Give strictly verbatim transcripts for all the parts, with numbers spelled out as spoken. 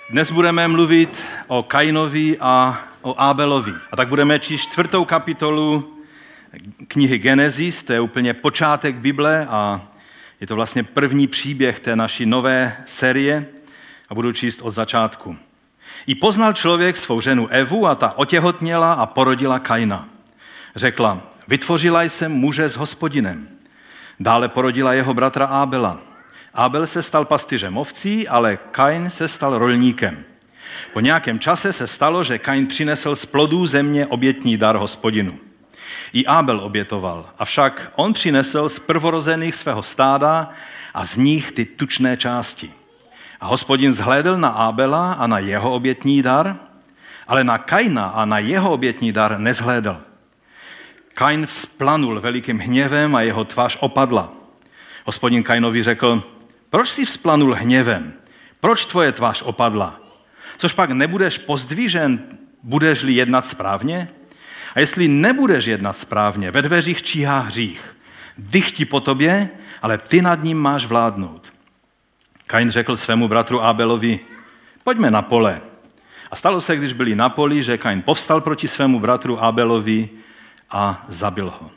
Dnes budeme mluvit o Kainovi a o Abelovi. A tak budeme číst čtvrtou kapitolu knihy Genesis, to je úplně počátek Bible a je to vlastně první příběh té naší nové série a budu číst od začátku. I poznal člověk svou ženu Evu a ta otěhotněla a porodila Kaina. Řekla, vytvořila jsem muže s Hospodinem. Dále porodila jeho bratra Abela. Abel se stal pastýřem ovcí, ale Kain se stal rolníkem. Po nějakém čase se stalo, že Kain přinesl z plodů země obětní dar Hospodinu. I Abel obětoval, avšak on přinesl z prvorozených svého stáda a z nich ty tučné části. A Hospodin zhlédl na Abela a na jeho obětní dar, ale na Kaina a na jeho obětní dar nezhlédl. Kain vzplanul velikým hněvem a jeho tvář opadla. Hospodin Kainovi řekl, proč jsi vzplanul hněvem? Proč tvoje tvář opadla? Což pak nebudeš pozdvižen, budeš-li jednat správně? A jestli nebudeš jednat správně, ve dveřích číhá hřích. Dychtí po tobě, ale ty nad ním máš vládnout. Kain řekl svému bratru Abelovi, pojďme na pole. A stalo se, když byli na poli, že Kain povstal proti svému bratru Abelovi a zabil ho.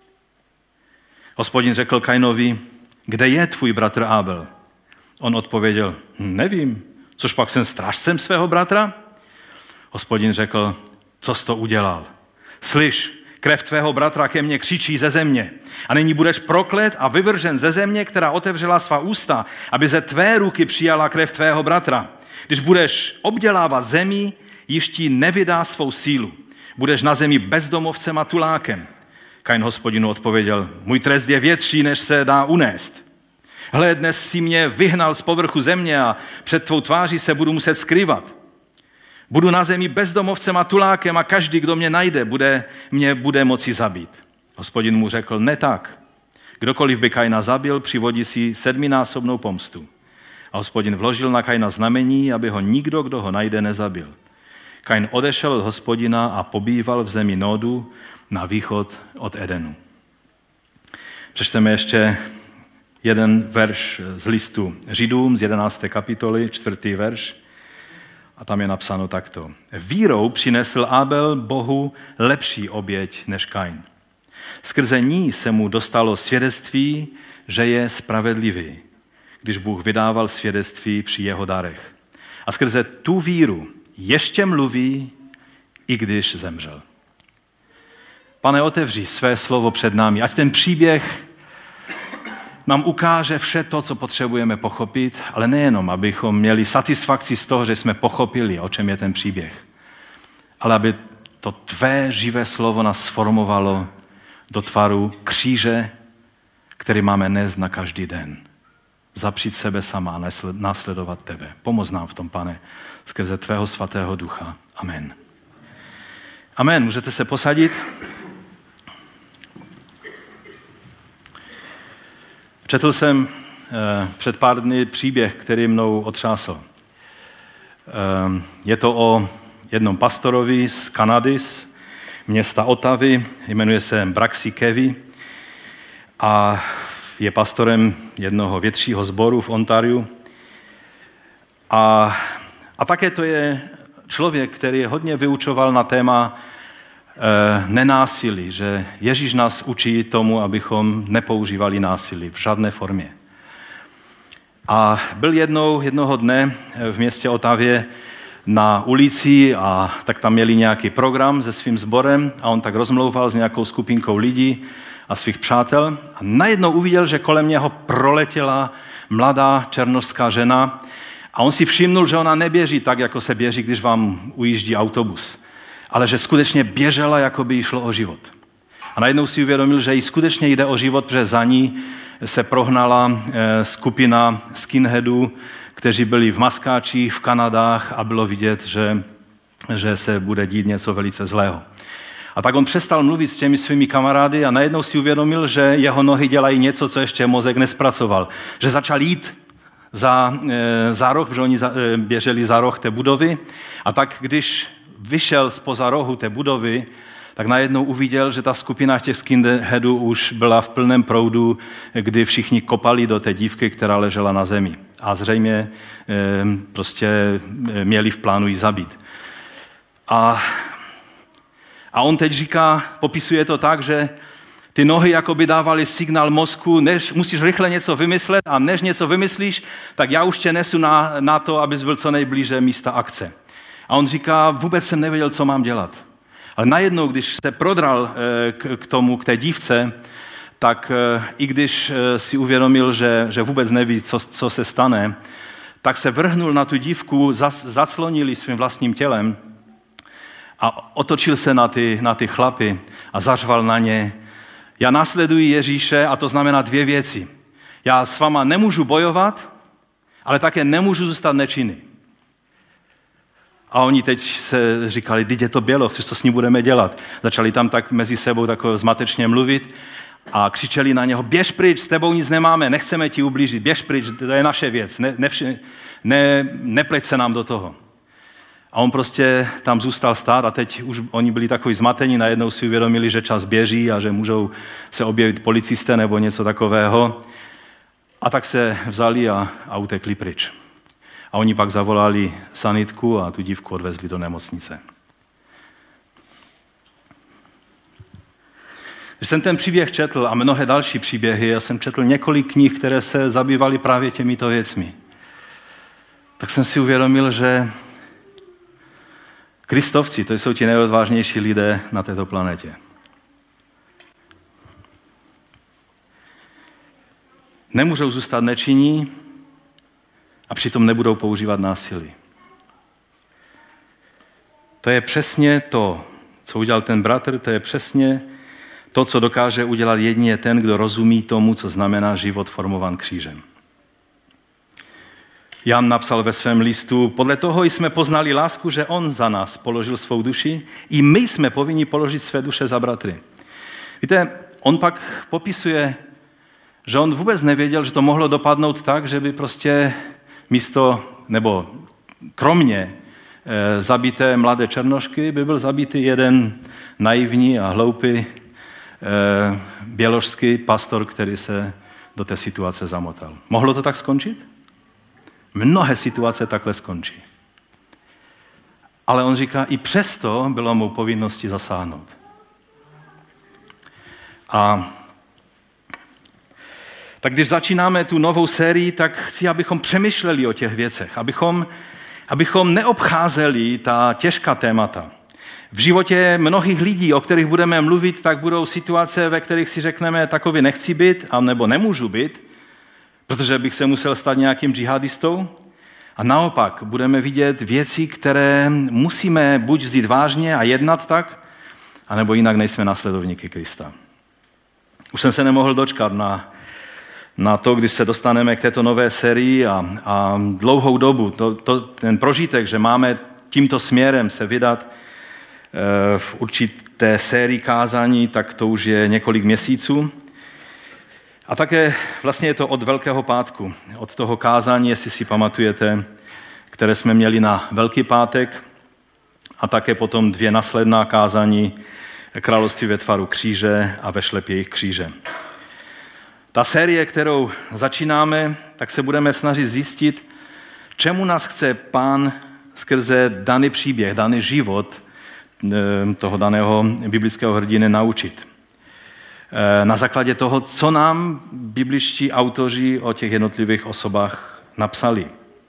Hospodin řekl Kainovi, kde je tvůj bratr Abel? On odpověděl, nevím, což pak jsem strážcem svého bratra? Hospodin řekl, co jsi to udělal? Slyš, krev tvého bratra ke mně křičí ze země a nyní budeš proklet a vyvržen ze země, která otevřela svá ústa, aby ze tvé ruky přijala krev tvého bratra. Když budeš obdělávat zemi, již ti nevydá svou sílu. Budeš na zemi bezdomovcem a tulákem. Kain Hospodinu odpověděl, můj trest je větší, než se dá unést. Hle, dnes si mě vyhnal z povrchu země a před tvou tváří se budu muset skrývat. Budu na zemi bezdomovcem a tulákem a každý, kdo mě najde, bude, mě bude moci zabít. Hospodin mu řekl, ne tak. Kdokoliv by Kaina zabil, přivodí si sedminásobnou pomstu. A Hospodin vložil na Kaina znamení, aby ho nikdo, kdo ho najde, nezabil. Kain odešel od Hospodina a pobýval v zemi Nódu na východ od Edenu. Přečteme ještě jeden verš z listu Židům z jedenácté kapitoly, čtvrtý verš. A tam je napsáno takto. Vírou přinesl Abel Bohu lepší oběť než Kain. Skrze ní se mu dostalo svědectví, že je spravedlivý, když Bůh vydával svědectví při jeho darech. A skrze tu víru ještě mluví, i když zemřel. Pane, otevři své slovo před námi, ať ten příběh nám ukáže vše to, co potřebujeme pochopit, ale nejenom, abychom měli satisfakci z toho, že jsme pochopili, o čem je ten příběh, ale aby to tvé živé slovo nás sformovalo do tvaru kříže, který máme nést na každý den. Zapřít sebe sama a následovat tebe. Pomoz nám v tom, Pane, skrze tvého svatého ducha. Amen. Amen. Můžete se posadit? Četl jsem eh, před pár dny příběh, který mnou otřásl. Eh, je to o jednom pastorovi z Kanady, z města Ottavy, jmenuje se Braxy Kevy a je pastorem jednoho většího sboru v Ontariu. A, a také to je člověk, který hodně vyučoval na téma e, nenásilí, že Ježíš nás učí tomu, abychom nepoužívali násilí v žádné formě. A byl jednou, jednoho dne v městě Ottavě na ulici a tak tam měli nějaký program se svým sborem a on tak rozmlouval s nějakou skupinkou lidí a svých přátel a najednou uviděl, že kolem něho proletěla mladá černošská žena a on si všimnul, že ona neběží tak, jako se běží, když vám ujíždí autobus, ale že skutečně běžela, jako by jí šlo o život. A najednou si uvědomil, že jí skutečně jde o život, protože za ní se prohnala skupina skinheadů, kteří byli v maskáčích, v Kanadách a bylo vidět, že, že se bude dít něco velice zlého. A tak on přestal mluvit s těmi svými kamarády a najednou si uvědomil, že jeho nohy dělají něco, co ještě mozek nespracoval. Že začal jít za, e, za roh, protože oni za, e, běželi za roh té budovy. A tak když vyšel zpoza rohu té budovy, tak najednou uviděl, že ta skupina těch skinheadů už byla v plném proudu, kdy všichni kopali do té dívky, která ležela na zemi. a zřejmě prostě měli v plánu ji zabít. A, a on teď říká, popisuje to tak, že ty nohy jakoby dávaly signál mozku, než musíš rychle něco vymyslet a než něco vymyslíš, tak já už tě nesu na, na to, abys byl co nejblíže místa akce. A on říká, vůbec jsem nevěděl, co mám dělat. Ale najednou, když se prodral k, k tomu, k té dívce, tak i když si uvědomil, že, že vůbec neví, co, co se stane, tak se vrhnul na tu dívku, zas, zaclonil svým vlastním tělem a otočil se na ty, na ty chlapy a zařval na ně, já následuji Ježíše a to znamená dvě věci. Já s váma nemůžu bojovat, ale také nemůžu zůstat nečinný. A oni teď se říkali, teď je to bělo, co s ním budeme dělat. Začali tam tak mezi sebou takové zmatečně mluvit a křičeli na něho, běž pryč, s tebou nic nemáme, nechceme ti ublížit, běž pryč, to je naše věc, ne, nevši, ne, nepleť se nám do toho. A on prostě tam zůstal stát a teď už oni byli takový zmatení, najednou si uvědomili, že čas běží a že můžou se objevit policisté nebo něco takového. A tak se vzali a, a utekli pryč. A oni pak zavolali sanitku a tu dívku odvezli do nemocnice. Když jsem ten příběh četl a mnohé další příběhy, já jsem četl několik knih, které se zabývaly právě těmito věcmi, tak jsem si uvědomil, že Kristovci, to jsou ti nejodvážnější lidé na této planetě. Nemůžou zůstat nečinní a přitom nebudou používat násilí. To je přesně to, co udělal ten bratr, to je přesně to, co dokáže udělat jedině ten, kdo rozumí tomu, co znamená život formovan křížem. Jan napsal ve svém listu, podle toho jsme poznali lásku, že on za nás položil svou duši, i my jsme povinni položit své duše za bratry. Víte, on pak popisuje, že on vůbec nevěděl, že to mohlo dopadnout tak, že by prostě místo, nebo kromě e, zabité mladé černošky by byl zabitý jeden naivní a hloupý e, běložský pastor, který se do té situace zamotal. Mohlo to tak skončit? Mnohé situace takhle skončí. Ale on říká, i přesto bylo mou povinností zasáhnout. A tak když začínáme tu novou sérii, tak chci, abychom přemýšleli o těch věcech, abychom, abychom neobcházeli ta těžká témata. V životě mnohých lidí, o kterých budeme mluvit, tak budou situace, ve kterých si řekneme, takový nechci být, anebo nemůžu být, protože bych se musel stát nějakým džihadistou. A naopak budeme vidět věci, které musíme buď vzít vážně a jednat tak, anebo jinak nejsme následovníky Krista. Už jsem se nemohl dočkat na, na to, když se dostaneme k této nové sérii a, a dlouhou dobu, to, to, ten prožitek, že máme tímto směrem se vydat e, v určité sérii kázání, tak to už je několik měsíců. A také vlastně je to od Velkého pátku, od toho kázání, jestli si pamatujete, které jsme měli na Velký pátek a také potom dvě následná kázání Království ve tvaru kříže a ve šlepějích kříže. Ta série, kterou začínáme, tak se budeme snažit zjistit, čemu nás chce Pán skrze daný příběh, daný život toho daného biblického hrdiny naučit. Na základě toho, co nám bibličtí autoři o těch jednotlivých osobách napsali.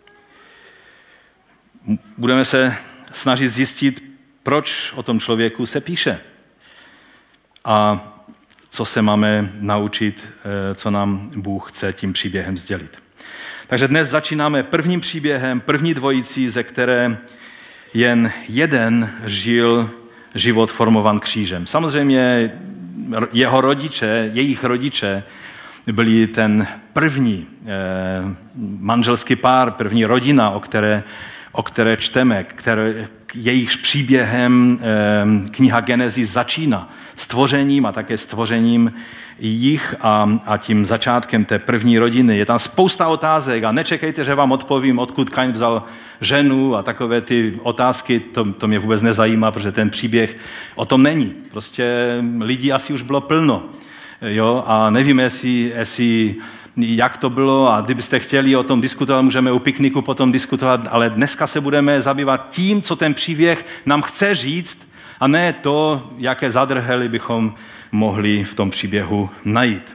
Budeme se snažit zjistit, proč o tom člověku se píše a co se máme naučit, co nám Bůh chce tím příběhem sdělit. Takže dnes začínáme prvním příběhem, první dvojicí, ze které jen jeden žil život formovan křížem. Samozřejmě jeho rodiče, jejich rodiče byli ten první eh, manželský pár, první rodina, o které, o které čteme, které, jejichž příběhem eh, kniha Genesis začíná. Stvořením a také stvořením jich a, a tím začátkem té první rodiny. Je tam spousta otázek a nečekejte, že vám odpovím, odkud Kain vzal ženu a takové ty otázky, to, to mě vůbec nezajímá, protože ten příběh o tom není. Prostě lidí asi už bylo plno. Jo? A nevím, jestli, jestli jak to bylo a kdybyste chtěli o tom diskutovat, můžeme u pikniku potom diskutovat, ale dneska se budeme zabývat tím, co ten příběh nám chce říct a ne to, jaké zadrhely bychom mohli v tom příběhu najít.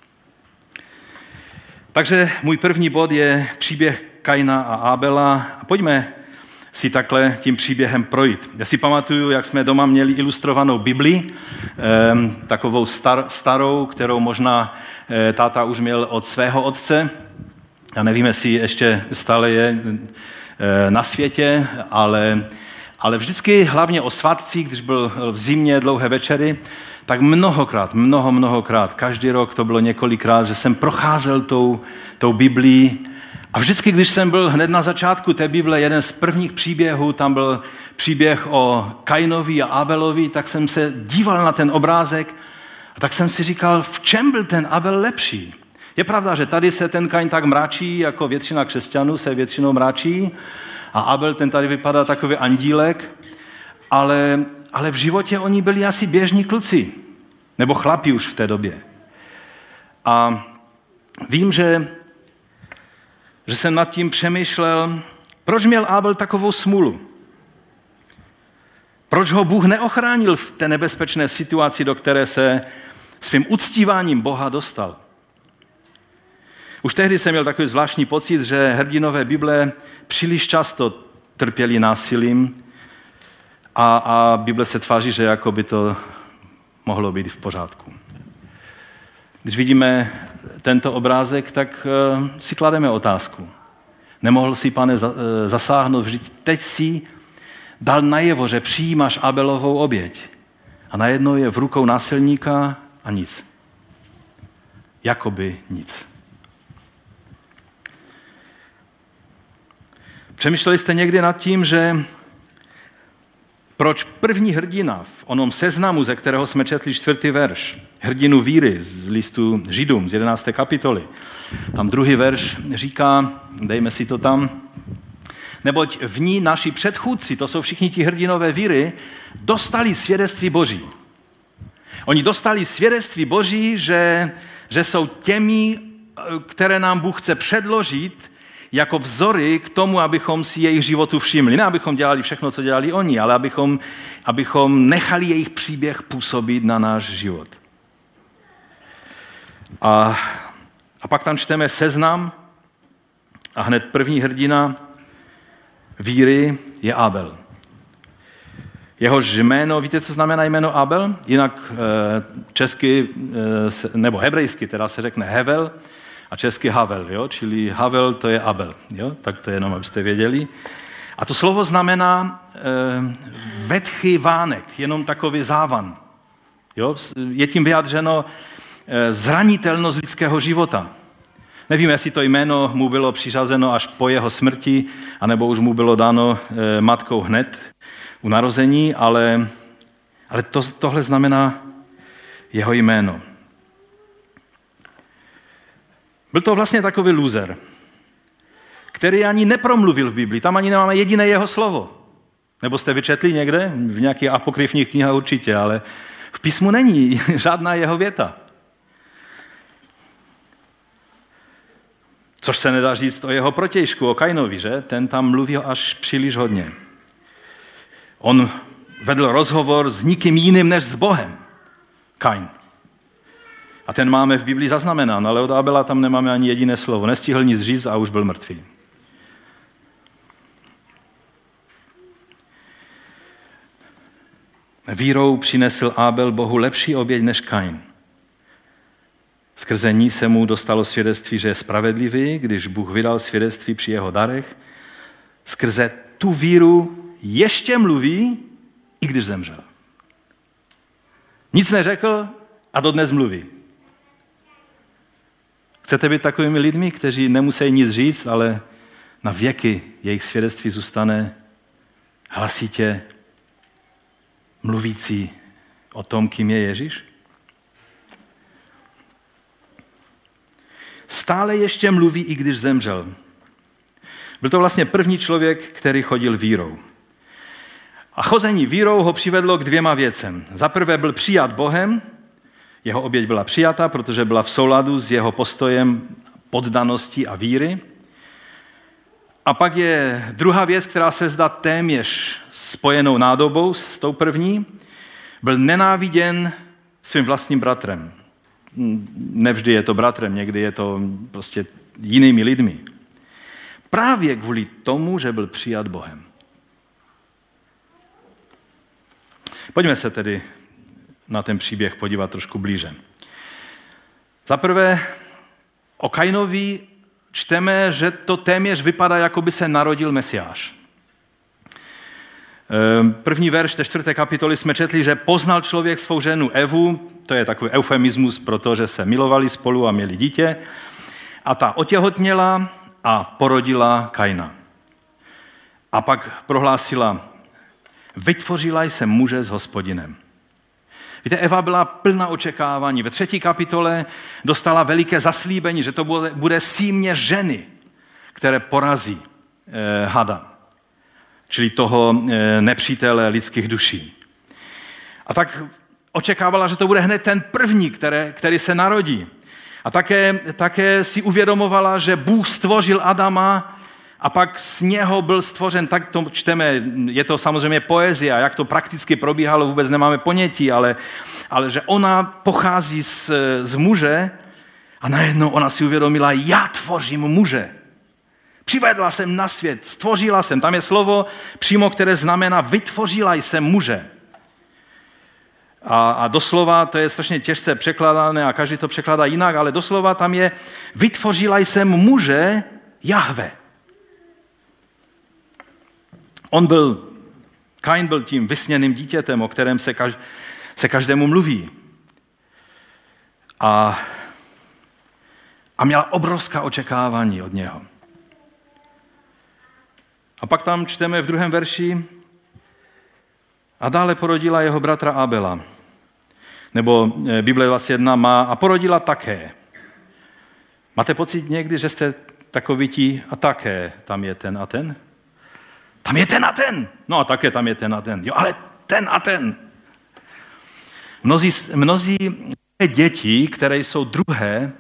Takže můj první bod je příběh Kaina a Abela. Pojďme si takhle tím příběhem projít. Já si pamatuju, jak jsme doma měli ilustrovanou Bibli, eh, takovou star, starou, kterou možná eh, táta už měl od svého otce. Já nevím, jestli ještě stále je eh, na světě, ale, ale vždycky hlavně o svátcích, když byl v zimě dlouhé večery, tak mnohokrát, mnoho, mnohokrát, každý rok to bylo několikrát, že jsem procházel tou, tou Biblí. A vždycky, když jsem byl hned na začátku té Bible, jeden z prvních příběhů, tam byl příběh o Kainovi a Abelovi, tak jsem se díval na ten obrázek a tak jsem si říkal, v čem byl ten Abel lepší. Je pravda, že tady se ten Kain tak mráčí, jako většina křesťanů se většinou mráčí a Abel ten tady vypadá takový andílek, ale, ale v životě oni byli asi běžní kluci, nebo chlapi už v té době. A vím, že že jsem nad tím přemýšlel, proč měl Abel takovou smůlu? Proč ho Bůh neochránil v té nebezpečné situaci, do které se svým uctíváním Boha dostal? Už tehdy jsem měl takový zvláštní pocit, že hrdinové Bible příliš často trpěli násilím a, a Bible se tváří, že jako by to mohlo být v pořádku. Když vidíme tento obrázek, tak uh, si klademe otázku. Nemohl si, Pane, za, uh, zasáhnout, vždyť teď si dal najevo, že přijímáš Abelovou oběť. A najednou je v rukou násilníka a nic. Jakoby nic. Přemýšleli jste někdy nad tím, že proč první hrdina v onom seznamu, ze kterého jsme četli čtvrtý verš, hrdinu víry z listu Židům z jedenácté kapitoly, tam druhý verš říká, dejme si to tam, neboť v ní naši předchůdci, to jsou všichni ti hrdinové víry, dostali svědectví Boží. Oni dostali svědectví Boží, že, že jsou těmi, které nám Bůh chce předložit jako vzory k tomu, abychom si jejich životu všimli. Ne, abychom dělali všechno, co dělali oni, ale abychom, abychom nechali jejich příběh působit na náš život. A, a pak tam čteme seznam a hned první hrdina víry je Abel. Jehož jméno, víte, co znamená jméno Abel? Jinak česky, nebo hebrejsky teda se řekne Hevel, a česky Havel, jo? Čili Havel to je Abel, jo? Tak to je jenom, abyste věděli. A to slovo znamená e, vetchý vánek, jenom takový závan. Jo? Je tím vyjádřeno e, zranitelnost lidského života. Nevím, jestli to jméno mu bylo přiřazeno až po jeho smrti, anebo už mu bylo dáno e, matkou hned u narození, ale, ale to, tohle znamená jeho jméno. Byl to vlastně takový loser, který ani nepromluvil v Biblii. Tam ani nemáme jediné jeho slovo. Nebo jste vyčetli někde? V nějakých apokryfních knihách určitě, ale v písmu není žádná jeho věta. Což se nedá říct o jeho protějšku, o Kainovi, že? Ten tam mluví až příliš hodně. On vedl rozhovor s nikým jiným než s Bohem. Kain. A ten máme v Biblii zaznamenán, ale od Abela tam nemáme ani jediné slovo. Nestihl nic říct a už byl mrtvý. Vírou přinesl Abel Bohu lepší oběť než Kain. Skrze ní se mu dostalo svědectví, že je spravedlivý, když Bůh vydal svědectví při jeho darech. Skrze tu víru ještě mluví, i když zemřel. Nic neřekl a dodnes mluví. Chcete být takovými lidmi, kteří nemusí nic říct, ale na věky jejich svědectví zůstane hlasitě mluvící o tom, kým je Ježíš? Stále ještě mluví, i když zemřel. Byl to vlastně první člověk, který chodil vírou. A chození vírou ho přivedlo k dvěma věcem. Za prvé byl přijat Bohem, jeho oběť byla přijata, protože byla v souladu s jeho postojem, poddanosti a víry. A pak je druhá věc, která se zdá téměř spojenou nádobou s tou první. Byl nenáviděn svým vlastním bratrem. Nevždy je to bratrem, někdy je to prostě jinými lidmi. Právě kvůli tomu, že byl přijat Bohem. Pojďme se tedy na ten příběh podívat trošku blíže. Za prvé, o Kainovi čteme, že to téměř vypadá, jako by se narodil Mesiáš. První verš té čtvrté kapitoly jsme četli, že poznal člověk svou ženu Evu, to je takový eufemismus, protože se milovali spolu a měli dítě, a ta otěhotněla a porodila Kaina. A pak prohlásila, vytvořila jsem muže s Hospodinem. Víte, Eva byla plná očekávání. Ve třetí kapitole dostala veliké zaslíbení, že to bude, bude símě ženy, které porazí eh, hada, čili toho eh, nepřítele lidských duší. A tak očekávala, že to bude hned ten první, které, který se narodí. A také, také si uvědomovala, že Bůh stvořil Adama a pak z něho byl stvořen, tak to čteme, je to samozřejmě poezie, a jak to prakticky probíhalo, vůbec nemáme ponětí, ale, ale že ona pochází z, z muže a najednou ona si uvědomila, já tvořím muže. Přivedla jsem na svět, stvořila jsem, tam je slovo přímo, které znamená vytvořila jsem muže. A, a doslova, to je strašně těžce překládané a každý to překládá jinak, ale doslova tam je vytvořila jsem muže Jahve. On byl, Kain byl tím vysněným dítětem, o kterém se, kaž, se každému mluví. A, a měla obrovská očekávání od něho. A pak tam čteme v druhém verši, a dále porodila jeho bratra Abela. Nebo Bible dvacet jedna má a porodila také. Máte pocit někdy, že jste takoví ti a také tam je ten a ten? Tam je ten a ten. No a také tam je ten a ten. Jo, ale ten a ten. Mnozí, mnozí děti, které jsou druhé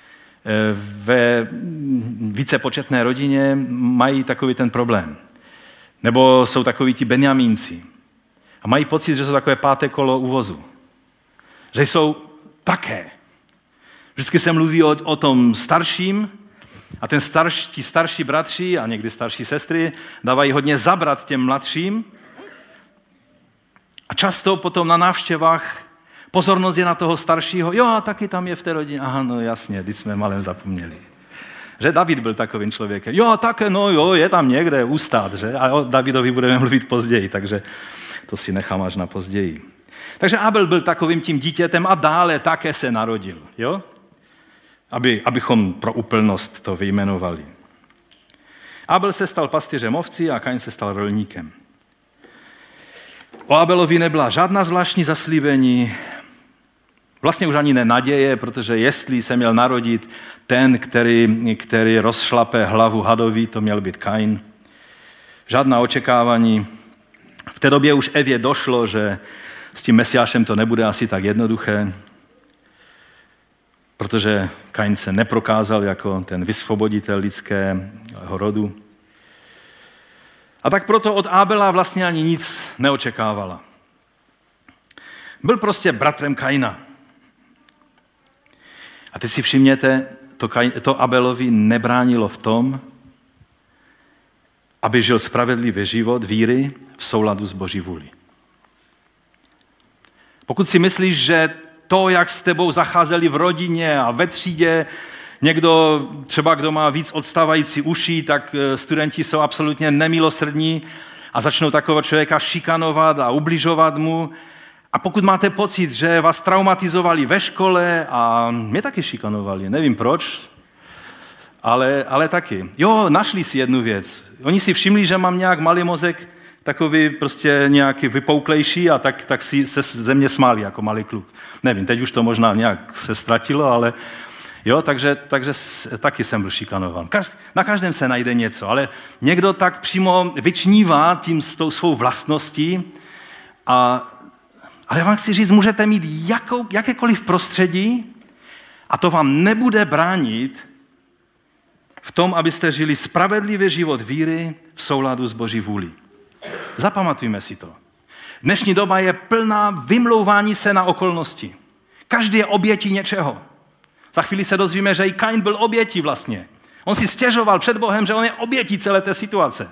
ve vícepočetné rodině, mají takový ten problém. Nebo jsou takoví ti Benjamínci. A mají pocit, že jsou takové páté kolo uvozu. Že jsou také. Vždycky se mluví o, o tom starším a ten starší, ti starší bratři a někdy starší sestry dávají hodně zabrat těm mladším. A často potom na návštěvách pozornost je na toho staršího. Jo, a taky tam je v té rodině. Aha, no jasně, když jsme malem zapomněli. Že David byl takovým člověkem. Jo, také, no jo, je tam někde ustát, že? A o Davidovi budeme mluvit později, takže to si nechám až na později. Takže Abel byl takovým tím dítětem a dále také se narodil, jo? Aby, abychom pro úplnost to vyjmenovali. Abel se stal pastýřem ovcí a Kain se stal rolníkem. O Abelovi nebyla žádná zvláštní zaslíbení, vlastně už ani ne naděje, protože jestli se měl narodit ten, který, který rozšlape hlavu hadovi, to měl být Kain. Žádná očekávání. V té době už Evě došlo, že s tím Mesiášem to nebude asi tak jednoduché, protože Kain se neprokázal jako ten vysvoboditel lidského rodu. A tak proto od Abela vlastně ani nic neočekávala. Byl prostě bratrem Kaina. A teď si všimněte, to, Kain, to Abelovi nebránilo v tom, aby žil spravedlivý život víry v souladu s Boží vůlí. Pokud si myslíš, že to, jak s tebou zacházeli v rodině a ve třídě, někdo třeba, kdo má víc odstávající uší, tak studenti jsou absolutně nemilosrdní a začnou takového člověka šikanovat a ubližovat mu. A pokud máte pocit, že vás traumatizovali ve škole a mě taky šikanovali, nevím proč, ale, ale taky. Jo, našli si jednu věc. Oni si všimli, že mám nějak malý mozek, takový prostě nějaký vypouklejší a tak, tak si se ze mě smáli jako malý kluk. Nevím, teď už to možná nějak se ztratilo, ale jo, takže, takže taky jsem byl šikanovan. Na každém se najde něco, ale někdo tak přímo vyčnívá tím s tou svou vlastností. A, ale já vám chci říct, můžete mít jakou, jakékoliv prostředí a to vám nebude bránit v tom, abyste žili spravedlivý život víry v souladu s Boží vůlí. Zapamatujme si to. Dnešní doba je plná vymlouvání se na okolnosti. Každý je obětí něčeho. Za chvíli se dozvíme, že i Kain byl obětí vlastně. On si stěžoval před Bohem, že on je obětí celé té situace.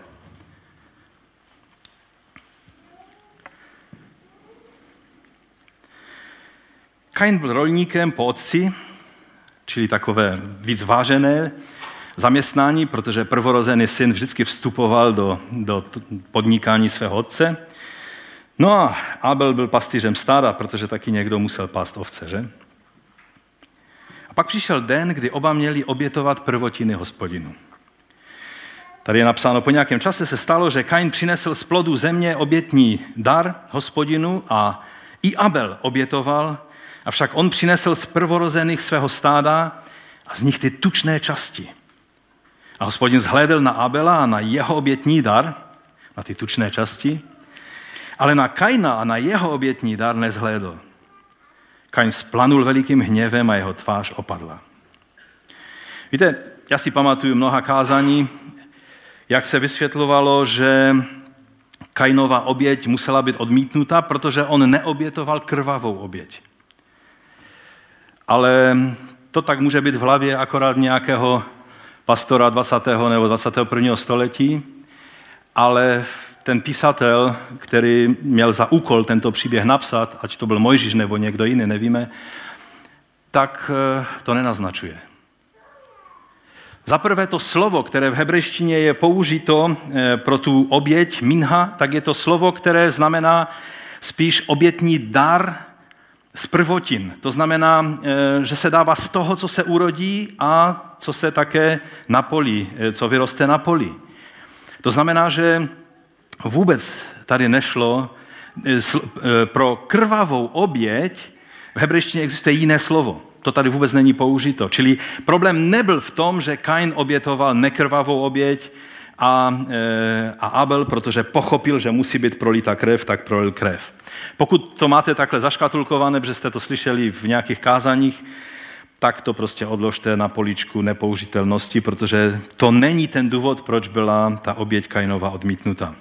Kain byl rolníkem po otci, čili takové víc vážené zaměstnání, protože prvorozený syn vždycky vstupoval do, do podnikání svého otce. No a Abel byl pastýřem stáda, protože taky někdo musel pást ovce, že? A pak přišel den, kdy oba měli obětovat prvotiny Hospodinu. Tady je napsáno, po nějakém čase se stalo, že Kain přinesl z plodu země obětní dar Hospodinu a i Abel obětoval, avšak on přinesl z prvorozených svého stáda a z nich ty tučné části. A Hospodin zhlédl na Abela a na jeho obětní dar, na ty tučné části, ale na Kaina a na jeho obětní dar nezhlédl. Kain splanul velikým hněvem a jeho tvář opadla. Víte, já si pamatuju mnoha kázání, jak se vysvětlovalo, že Kainova oběť musela být odmítnuta, protože on neobětoval krvavou oběť. Ale to tak může být v hlavě akorát nějakého pastora dvacátého nebo dvacátého prvního století, ale ten písatel, který měl za úkol tento příběh napsat, ať to byl Mojžíš nebo někdo jiný, nevíme, tak to nenaznačuje. Za prvé to slovo, které v hebrejštině je použito pro tu oběť minha, tak je to slovo, které znamená spíš obětní dar z prvotin. To znamená, že se dává z toho, co se urodí a co se také napolí, co vyroste na poli. To znamená, že vůbec tady nešlo pro krvavou oběť, v hebrejštině existuje jiné slovo. To tady vůbec není použito. Čili problém nebyl v tom, že Kain obětoval nekrvavou oběť a, a Abel, protože pochopil, že musí být prolita krev, tak prolil krev. Pokud to máte takhle zaškatulkované, protože jste to slyšeli v nějakých kázaních, tak to prostě odložte na poličku nepoužitelnosti, protože to není ten důvod, proč byla ta oběť Kainova odmítnuta.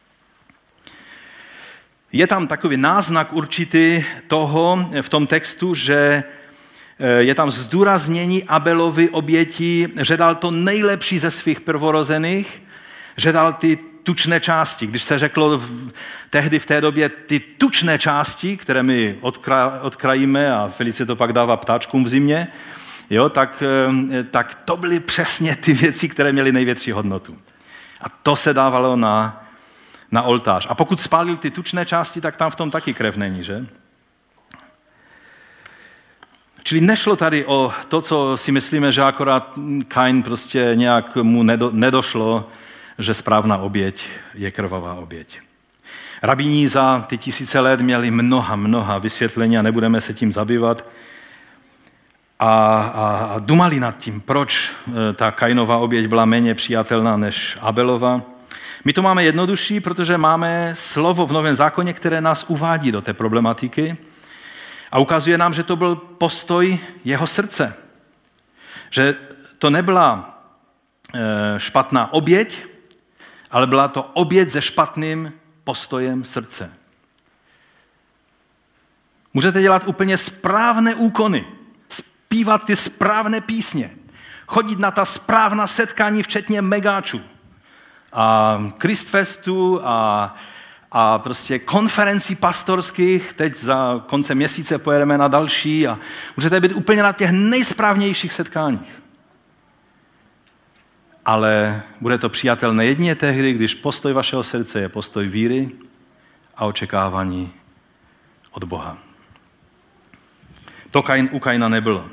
Je tam takový náznak určitý toho v tom textu, že je tam zdůraznění Abelovy oběti, že dal to nejlepší ze svých prvorozených, že dal ty tučné části. Když se řeklo v, tehdy v té době ty tučné části, které my odkra, odkrajíme a Felicie to pak dává ptáčkům v zimě, jo, tak, tak to byly přesně ty věci, které měly největší hodnotu. A to se dávalo na, na oltář. A pokud spálil ty tučné části, tak tam v tom taky krev není, že? Čili nešlo tady o to, co si myslíme, že akorát Kain prostě nějak mu nedo, nedošlo, že správná oběť je krvavá oběť. Rabíni za ty tisíce let měli mnoha, mnoha vysvětlení a nebudeme se tím zabývat. A, a, a dumali nad tím, proč ta Kainova oběť byla méně přijatelná než Abelova. My to máme jednodušší, protože máme slovo v Novém zákoně, které nás uvádí do té problematiky a ukazuje nám, že to byl postoj jeho srdce. Že to nebyla špatná oběť, ale byla to oběť se špatným postojem srdce. Můžete dělat úplně správné úkony, zpívat ty správné písně, chodit na ta správná setkání, včetně megáčů a Christfestu a, a prostě konferencí pastorských, teď za konce měsíce pojedeme na další a můžete být úplně na těch nejsprávnějších setkáních. Ale bude to přijatelné jedině tehdy, když postoj vašeho srdce je postoj víry a očekávání od Boha. To Kain, u Kaina nebylo.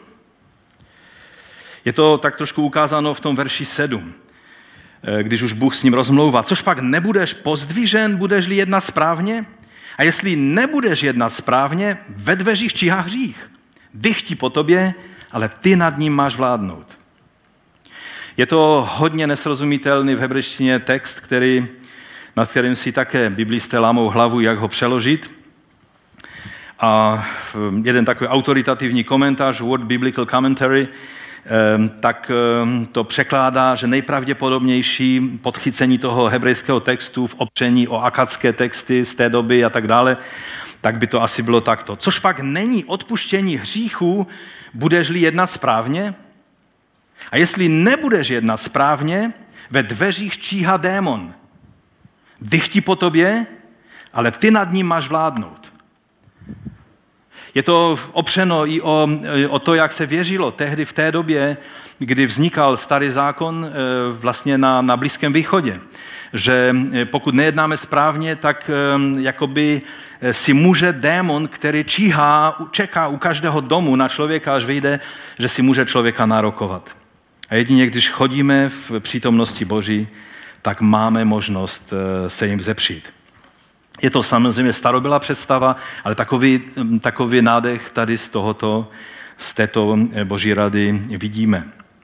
Je to tak trošku ukázáno v tom verši sedm, když už Bůh s ním rozmlouvá. Což pak nebudeš pozdvižen, budeš-li jednat správně? A jestli nebudeš jednat správně, ve dveřích číhá hřích. Dychtí po tobě, ale ty nad ním máš vládnout. Je to hodně nesrozumitelný v hebrejštině text, který, nad kterým si také biblisté lámou hlavu, jak ho přeložit. A jeden takový autoritativní komentář, Word Biblical Commentary, tak to překládá, že nejpravděpodobnější podchycení toho hebrejského textu v opření o akadské texty z té doby a tak dále, tak by to asi bylo takto. Což pak není odpuštění hříchů, budeš-li jednat správně? A jestli nebudeš jednat správně, ve dveřích číhá démon. Dychtí po tobě, ale ty nad ním máš vládnout. Je to opřeno i o, o to, jak se věřilo tehdy v té době, kdy vznikal starý zákon vlastně na, na Blízkém východě. Že pokud nejednáme správně, tak jakoby si může démon, který číhá, čeká u každého domu na člověka, až vyjde, že si může člověka nárokovat. A jedině, když chodíme v přítomnosti Boží, tak máme možnost se jim vzepřít. Je to samozřejmě starobylá představa, ale takový, takový nádech tady z tohoto, z této Boží rady vidíme.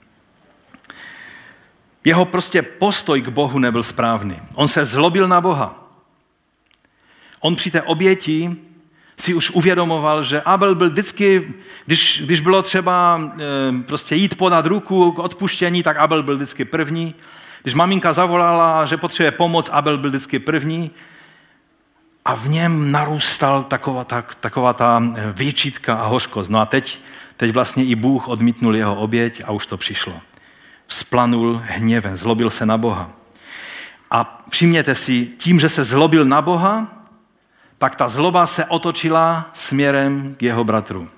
Jeho prostě postoj k Bohu nebyl správný. On se zlobil na Boha. On při té oběti si už uvědomoval, že Abel byl vždycky, když, když bylo třeba e, prostě jít podat ruku k odpuštění, tak Abel byl vždycky první. Když maminka zavolala, že potřebuje pomoc, Abel byl vždycky první. A v něm narůstal taková ta, taková ta výčitka a hořkost. No a teď, teď vlastně i Bůh odmítnul jeho oběť a už to přišlo. Vzplanul hněvem, zlobil se na Boha. A všimněte si, tím, že se zlobil na Boha, tak ta zloba se otočila směrem k jeho bratru.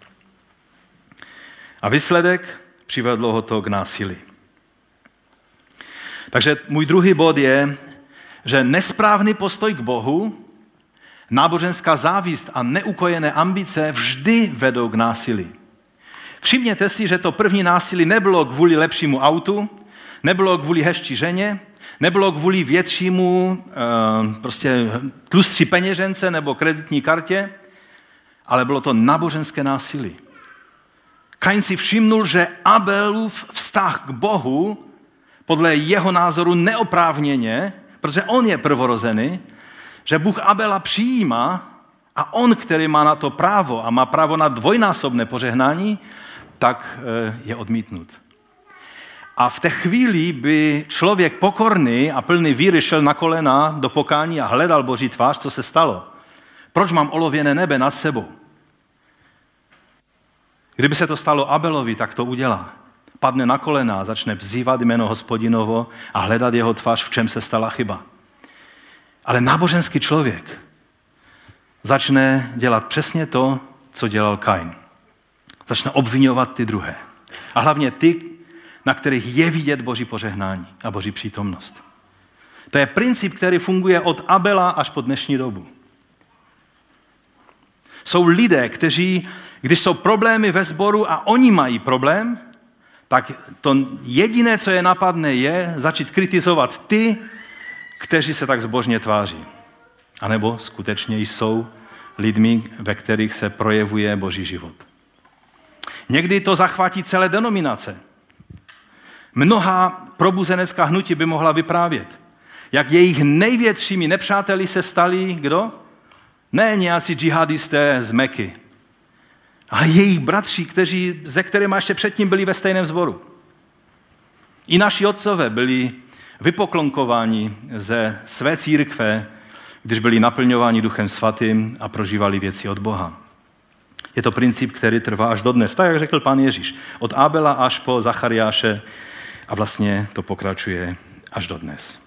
A výsledek přivedlo ho to k násilí. Takže můj druhý bod je, že nesprávný postoj k Bohu, náboženská závist a neukojené ambice vždy vedou k násilí. Všimněte si, že to první násilí nebylo kvůli lepšímu autu, nebylo kvůli hezčí ženě, nebylo kvůli většímu prostě tlustší peněžence nebo kreditní kartě, ale bylo to náboženské násilí. Kain si všimnul, že Abelův vztah k Bohu podle jeho názoru neoprávněně, protože on je prvorozený, že Bůh Abela přijímá a on, který má na to právo a má právo na dvojnásobné požehnání, tak je odmítnut. A v té chvíli by člověk pokorný a plný víry šel na kolena do pokání a hledal Boží tvář, co se stalo. Proč mám olověné nebe nad sebou? Kdyby se to stalo Abelovi, tak to udělá. Padne na kolena, začne vzývat jméno Hospodinovo a hledat jeho tvář, v čem se stala chyba. Ale náboženský člověk začne dělat přesně to, co dělal Kain. Začne obvinovat ty druhé. A hlavně ty, na kterých je vidět Boží požehnání a Boží přítomnost. To je princip, který funguje od Abela až po dnešní dobu. Jsou lidé, kteří, když jsou problémy ve sboru a oni mají problém, tak to jediné, co je napadne, je začít kritizovat ty, kteří se tak zbožně tváří. A nebo skutečně jsou lidmi, ve kterých se projevuje Boží život. Někdy to zachvátí celé denominace. Mnoha probuzenecká hnutí by mohla vyprávět, jak jejich největšími nepřáteli se stali kdo? Ne nějací džihadisté z Meky, ale jejich bratři, kteří, ze kterými ještě předtím byli ve stejném sboru. I naši otcové byli vypoklonkováni ze své církve, když byli naplňováni Duchem Svatým a prožívali věci od Boha. Je to princip, který trvá až dodnes. Tak, jak řekl Pán Ježíš. Od Abela až po Zachariáše a vlastně to pokračuje až dodnes.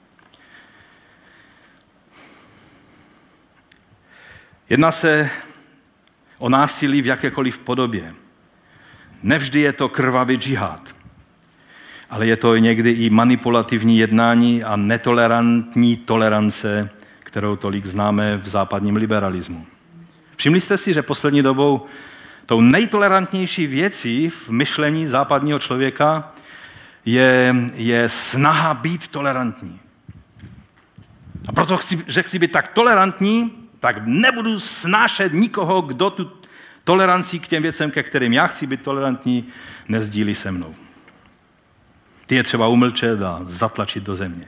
Jedná se o násilí v jakékoliv podobě. Nevždy je to krvavý džihad, ale je to někdy i manipulativní jednání a netolerantní tolerance, kterou tolik známe v západním liberalismu. Všimli jste si, že poslední dobou tou nejtolerantnější věcí v myšlení západního člověka je, je snaha být tolerantní. A proto, chci, že chci být tak tolerantní, tak nebudu snášet nikoho, kdo tu toleranci k těm věcem, ke kterým já chci být tolerantní, nezdílí se mnou. Ty je třeba umlčet a zatlačit do země.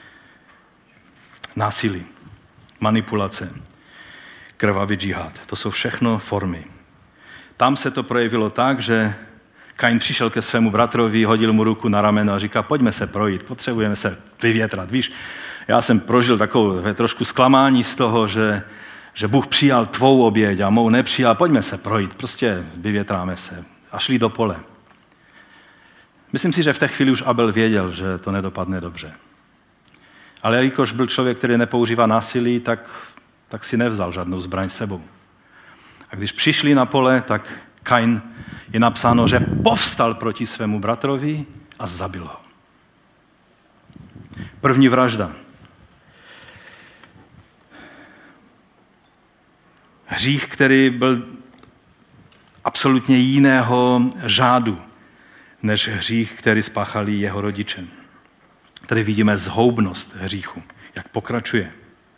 Násilí, manipulace, krvavý džihad, to jsou všechno formy. Tam se to projevilo tak, že Kain přišel ke svému bratrovi, hodil mu ruku na rameno a říká, pojďme se projít, potřebujeme se vyvětrat. Víš, já jsem prožil takové trošku zklamání z toho, že, že Bůh přijal tvou oběť a mou nepřijal, pojďme se projít, prostě vyvětráme se. A šli do pole. Myslím si, že v té chvíli už Abel věděl, že to nedopadne dobře. Ale jelikož byl člověk, který nepoužívá násilí, tak, tak si nevzal žádnou zbraň sebou. A když přišli na pole, tak Kain, je napsáno, že povstal proti svému bratrovi a zabil ho. První vražda. Hřích, který byl absolutně jiného řádu, než hřích, který spáchali jeho rodiče. Tady vidíme zhoubnost hříchu, jak pokračuje.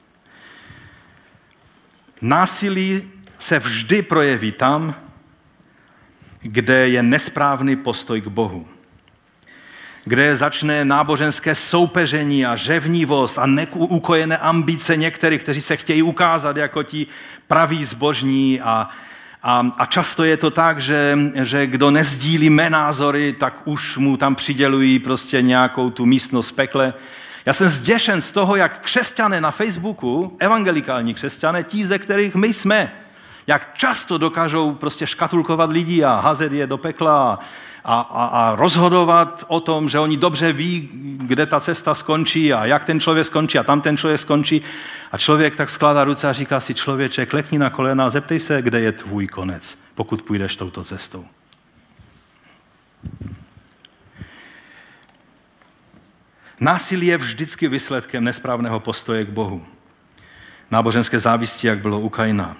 Násilí se vždy projeví tam, kde je nesprávný postoj k Bohu. Kde začne náboženské soupeření a řevnivost a neukojené ambice některých, kteří se chtějí ukázat jako ti praví zbožní a, a, a často je to tak, že, že kdo nezdílí mé názory, tak už mu tam přidělují prostě nějakou tu místnost v pekle. Já jsem zděšen z toho, jak křesťané na Facebooku, evangelikální křesťané, ti, ze kterých my jsme, jak často dokážou prostě škatulkovat lidi a házet je do pekla a, a, a rozhodovat o tom, že oni dobře ví, kde ta cesta skončí a jak ten člověk skončí a tam ten člověk skončí. A člověk tak skládá ruce a říká si, člověče, klekni na kolena a zeptej se, kde je tvůj konec, pokud půjdeš touto cestou. Násilí je vždycky výsledkem nesprávného postoje k Bohu. Náboženské závisti, jak bylo u Kaina.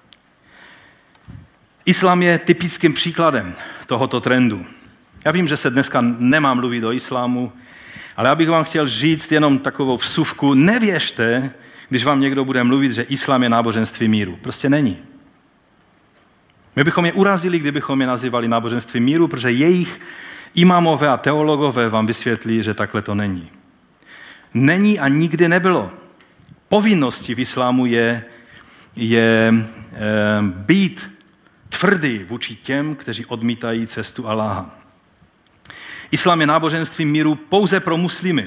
Islám je typickým příkladem tohoto trendu. Já vím, že se dneska nemá mluvit o islámu, ale já bych vám chtěl říct jenom takovou vsuvku. Nevěřte, když vám někdo bude mluvit, že islám je náboženství míru. Prostě není. My bychom je urazili, kdybychom je nazývali náboženství míru, protože jejich imamové a teologové vám vysvětlí, že takhle to není. Není a nikdy nebylo. Povinností v islámu je, je e, být tvrdý vůči těm, kteří odmítají cestu Alláha. Islám je náboženství míru pouze pro muslimy.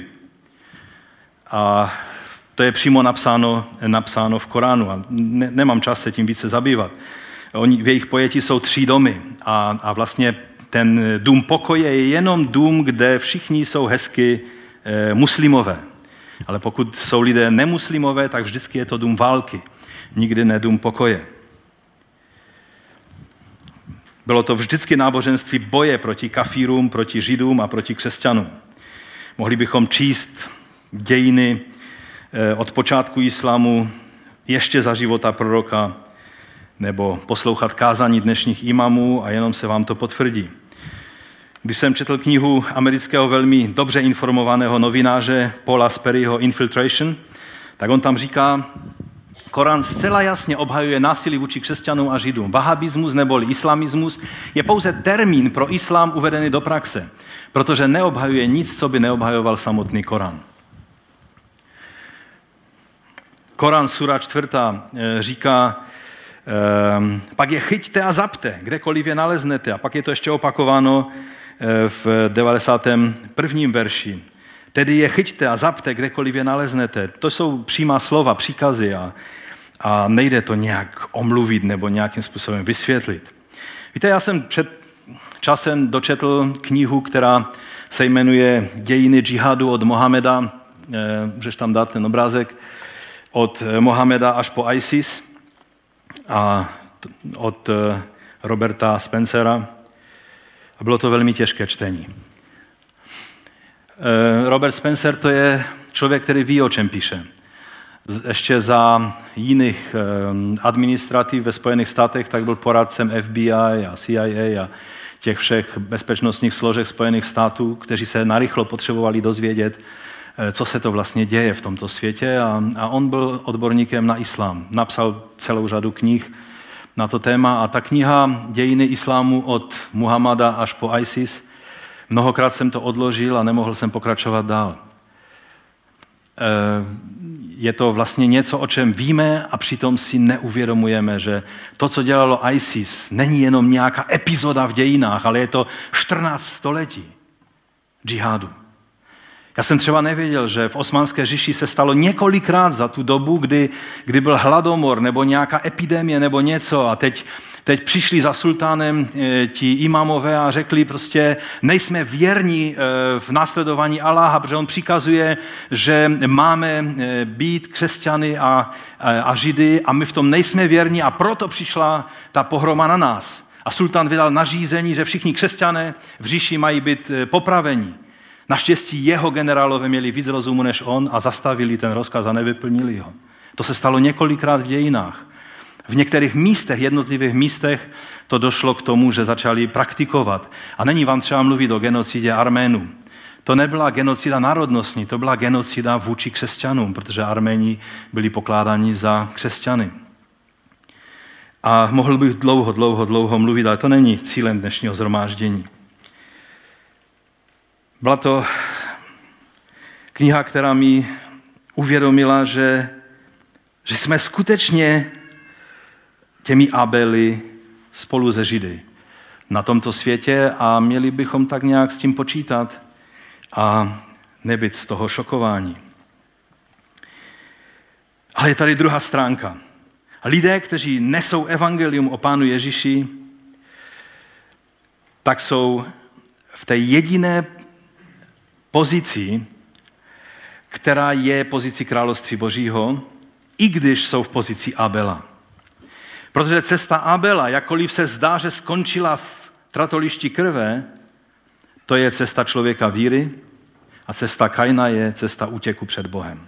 A to je přímo napsáno, napsáno v Koránu. A ne, nemám čas se tím více zabývat. Oni, v jejich pojetí jsou tři domy. A, a vlastně ten dům pokoje je jenom dům, kde všichni jsou hezky e, muslimové. Ale pokud jsou lidé nemuslimové, tak vždycky je to dům války. Nikdy ne dům pokoje. Bylo to vždycky náboženství boje proti kafírům, proti židům a proti křesťanům. Mohli bychom číst dějiny od počátku islámu ještě za života proroka nebo poslouchat kázání dnešních imamů a jenom se vám to potvrdí. Když jsem četl knihu amerického velmi dobře informovaného novináře Paula Sperryho Infiltration, tak on tam říká, Korán zcela jasně obhajuje násilí vůči křesťanům a židům. Vahabismus neboli islamismus je pouze termín pro islám uvedený do praxe, protože neobhajuje nic, co by neobhajoval samotný Korán. Korán sura čtvrtá říká, pak je chyťte a zapte, kdekoliv je naleznete. A pak je to ještě opakováno v devadesátém prvním verši. Tedy je chyťte a zapte, kdekoliv je naleznete. To jsou přímá slova, příkazy a, a nejde to nějak omluvit nebo nějakým způsobem vysvětlit. Víte, já jsem před časem dočetl knihu, která se jmenuje Dějiny džihadu od Mohameda, můžeš tam dát ten obrázek, od Mohameda až po ISIS a od Roberta Spencera. A bylo to velmi těžké čtení. Robert Spencer to je člověk, který ví, o čem píše. Ještě za jiných administrativ ve Spojených státech, tak byl poradcem F B I a C I A a těch všech bezpečnostních složek Spojených států, kteří se narychlo potřebovali dozvědět, co se to vlastně děje v tomto světě. A, a on byl odborníkem na islám. Napsal celou řadu knih na to téma a ta kniha Dějiny islámu od Muhammada až po ISIS, mnohokrát jsem to odložil a nemohl jsem pokračovat dál. je to vlastně něco, o čem víme a přitom si neuvědomujeme, že to, co dělalo ISIS, není jenom nějaká epizoda v dějinách, ale je to čtrnáct století džihádu. Já jsem třeba nevěděl, že v Osmanské říši se stalo několikrát za tu dobu, kdy, kdy byl hladomor nebo nějaká epidemie nebo něco a teď, teď přišli za sultánem e, ti imamové a řekli prostě nejsme věrní e, v následování Aláha, protože on přikazuje, že máme e, být křesťany a, a, a židy a my v tom nejsme věrní a proto přišla ta pohroma na nás. A sultán vydal nařízení, že všichni křesťané v říši mají být e, popraveni. Naštěstí jeho generálové měli víc rozumu než on a zastavili ten rozkaz a nevyplnili ho. To se stalo několikrát v dějinách. V některých místech, jednotlivých místech, to došlo k tomu, že začali praktikovat. A není vám třeba mluvit o genocidě Arménů. To nebyla genocida národnostní, to byla genocida vůči křesťanům, protože Arméni byli pokládáni za křesťany. A mohl bych dlouho, dlouho, dlouho mluvit, ale to není cílem dnešního shromáždění. Byla to kniha, která mi uvědomila, že, že jsme skutečně těmi Abely spolu se Židy na tomto světě a měli bychom tak nějak s tím počítat a nebyt z toho šokováni. Ale je tady druhá stránka. Lidé, kteří nesou evangelium o Pánu Ježíši, tak jsou v té jediné pozici, která je pozici království Božího, i když jsou v pozici Abela. Protože cesta Abela, jakkoliv se zdá, že skončila v tratolišti krve, to je cesta člověka víry a cesta Kaina je cesta útěku před Bohem.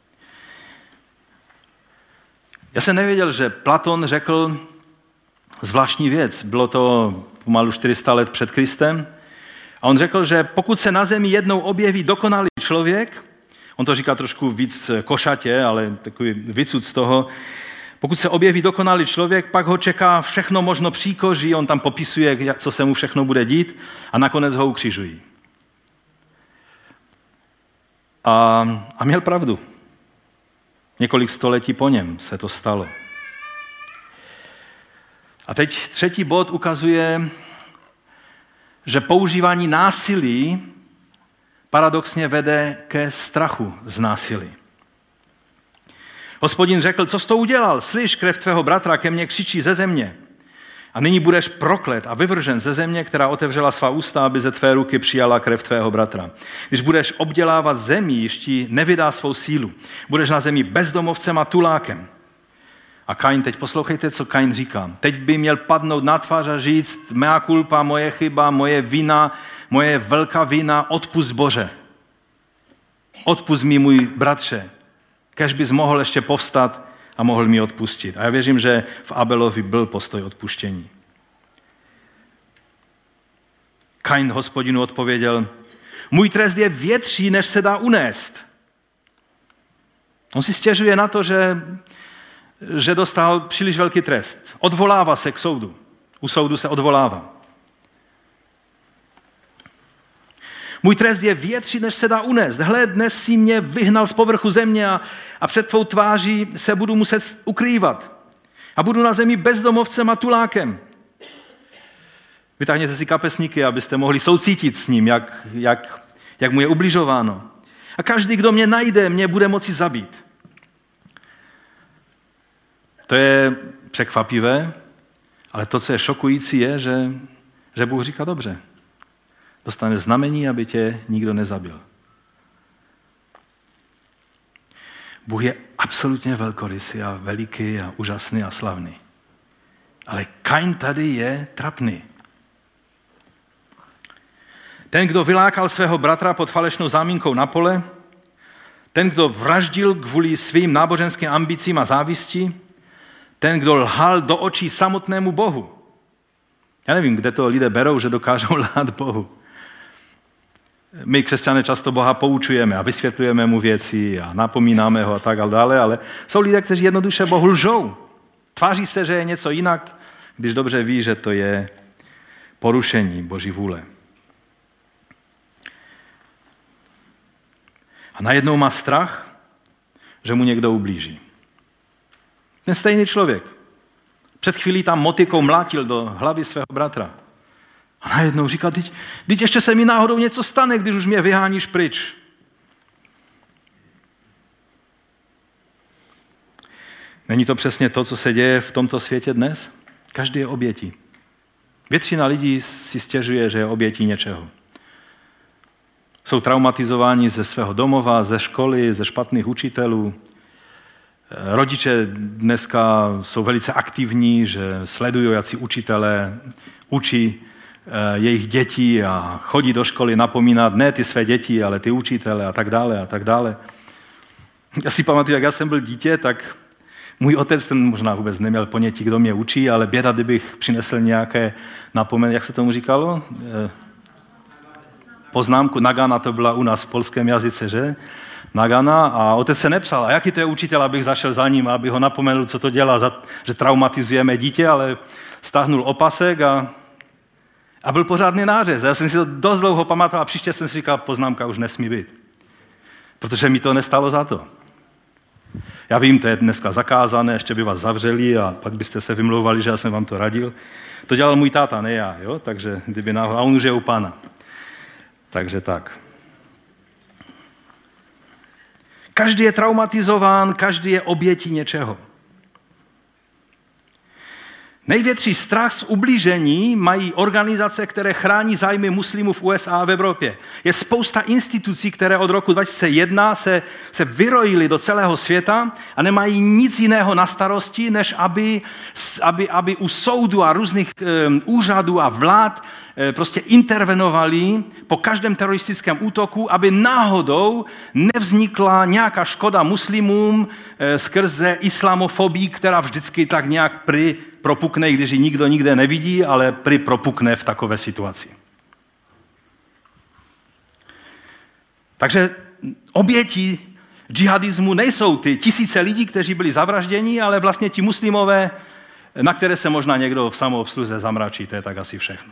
Já jsem nevěděl, že Platon řekl zvláštní věc. Bylo to pomalu čtyři sta let před Kristem. A on řekl, že pokud se na zemi jednou objeví dokonalý člověk, on to říká trošku víc košatě, ale takový vycud z toho, pokud se objeví dokonalý člověk, pak ho čeká všechno možno příkoří, on tam popisuje, co se mu všechno bude dít a nakonec ho ukřižují. A, a měl pravdu. Několik století po něm se to stalo. A teď třetí bod ukazuje, že používání násilí paradoxně vede ke strachu z násilí. Hospodin řekl, co jsi to udělal? Slyš, krev tvého bratra ke mně křičí ze země. A nyní budeš proklet a vyvržen ze země, která otevřela svá ústa, aby ze tvé ruky přijala krev tvého bratra. Když budeš obdělávat zemi, již ti nevydá svou sílu. Budeš na zemi bezdomovcem a tulákem. A Kain, teď poslouchejte, co Kain říká. Teď by měl padnout na tvář a říct, mea culpa, moje chyba, moje vina, moje velká vina, odpusť Bože. Odpusť mi, můj bratře. Kež bys mohl ještě povstat a mohl mi odpustit. A já věřím, že v Abelovi byl postoj odpuštění. Kain Hospodinu odpověděl, můj trest je větší, než se dá unést. On si stěžuje na to, že že dostal příliš velký trest. Odvolává se k soudu. U soudu se odvolává. Můj trest je větší, než se dá unést. Hle, dnes si mě vyhnal z povrchu země a, a před tvou tváří se budu muset ukrývat. A budu na zemi bezdomovcem a tulákem. Vytáhněte si kapesníky, abyste mohli soucítit s ním, jak, jak, jak mu je ubližováno. A každý, kdo mě najde, mě bude moci zabít. To je překvapivé, ale to, co je šokující, je, že, že Bůh říká dobře. Dostaneš znamení, aby tě nikdo nezabil. Bůh je absolutně velkorysý a veliký a úžasný a slavný. Ale Kain tady je trapný. Ten, kdo vylákal svého bratra pod falešnou záminkou na pole, ten, kdo vraždil kvůli svým náboženským ambicím a závisti, ten, kdo lhal do očí samotnému Bohu. Já nevím, kde to lidé berou, že dokážou lhát Bohu. My, křesťané, často Boha poučujeme a vysvětlujeme mu věci a napomínáme ho a tak dále, ale jsou lidé, kteří jednoduše Bohu lžou. Tváří se, že je něco jinak, když dobře ví, že to je porušení Boží vůle. A najednou má strach, že mu někdo ublíží. Ten stejný člověk. Před chvílí tam motykou mlátil do hlavy svého bratra. A najednou říká, teď, teď ještě se mi náhodou něco stane, když už mě vyháníš pryč. Není to přesně to, co se děje v tomto světě dnes? Každý je obětí. Většina lidí si stěžuje, že je obětí něčeho. Jsou traumatizováni ze svého domova, ze školy, ze špatných učitelů. Rodiče dneska jsou velice aktivní, že sledují, jak si učitelé učí jejich děti a chodí do školy napomínat ne ty své děti, ale ty učitele a tak dále a tak dále. Já si pamatuju, jak já jsem byl dítě, tak můj otec, ten možná vůbec neměl ponětí, kdo mě učí, ale běda, kdybych přinesl nějaké napomenutí, jak se tomu říkalo? Poznámku, nagana, to byla u nás v polském jazyce, že? Nagana, a otec se nepsal, a jaký to je učitel, abych zašel za ním, aby ho napomenul, co to dělá, za, že traumatizujeme dítě, ale stáhnul opasek a, a byl pořádný nářez. Já jsem si to dost dlouho pamatoval a příště jsem si říkal, poznámka už nesmí být. Protože mi to nestalo za to. Já vím, to je dneska zakázané, ještě by vás zavřeli a pak byste se vymlouvali, že já jsem vám to radil. To dělal můj táta, ne já, jo? Takže kdyby náhodou, a on už je u Pána. Takže tak. Každý je traumatizován, každý je obětí něčeho. Největší strach z ublížení mají organizace, které chrání zájmy muslimů v U S A a v Evropě. Je spousta institucí, které od roku dva tisíce jedna se, se vyrojily do celého světa a nemají nic jiného na starosti, než aby, aby, aby u soudu a různých um, úřadů a vlád um, prostě intervenovali po každém teroristickém útoku, aby náhodou nevznikla nějaká škoda muslimům um, skrze islamofobii, která vždycky tak nějak pri propukne, když ji nikdo nikde nevidí, ale prý propukne v takové situaci. Takže oběti džihadismu nejsou ty tisíce lidí, kteří byli zavražděni, ale vlastně ti muslimové, na které se možná někdo v samoobsluze zamračí, to je tak asi všechno.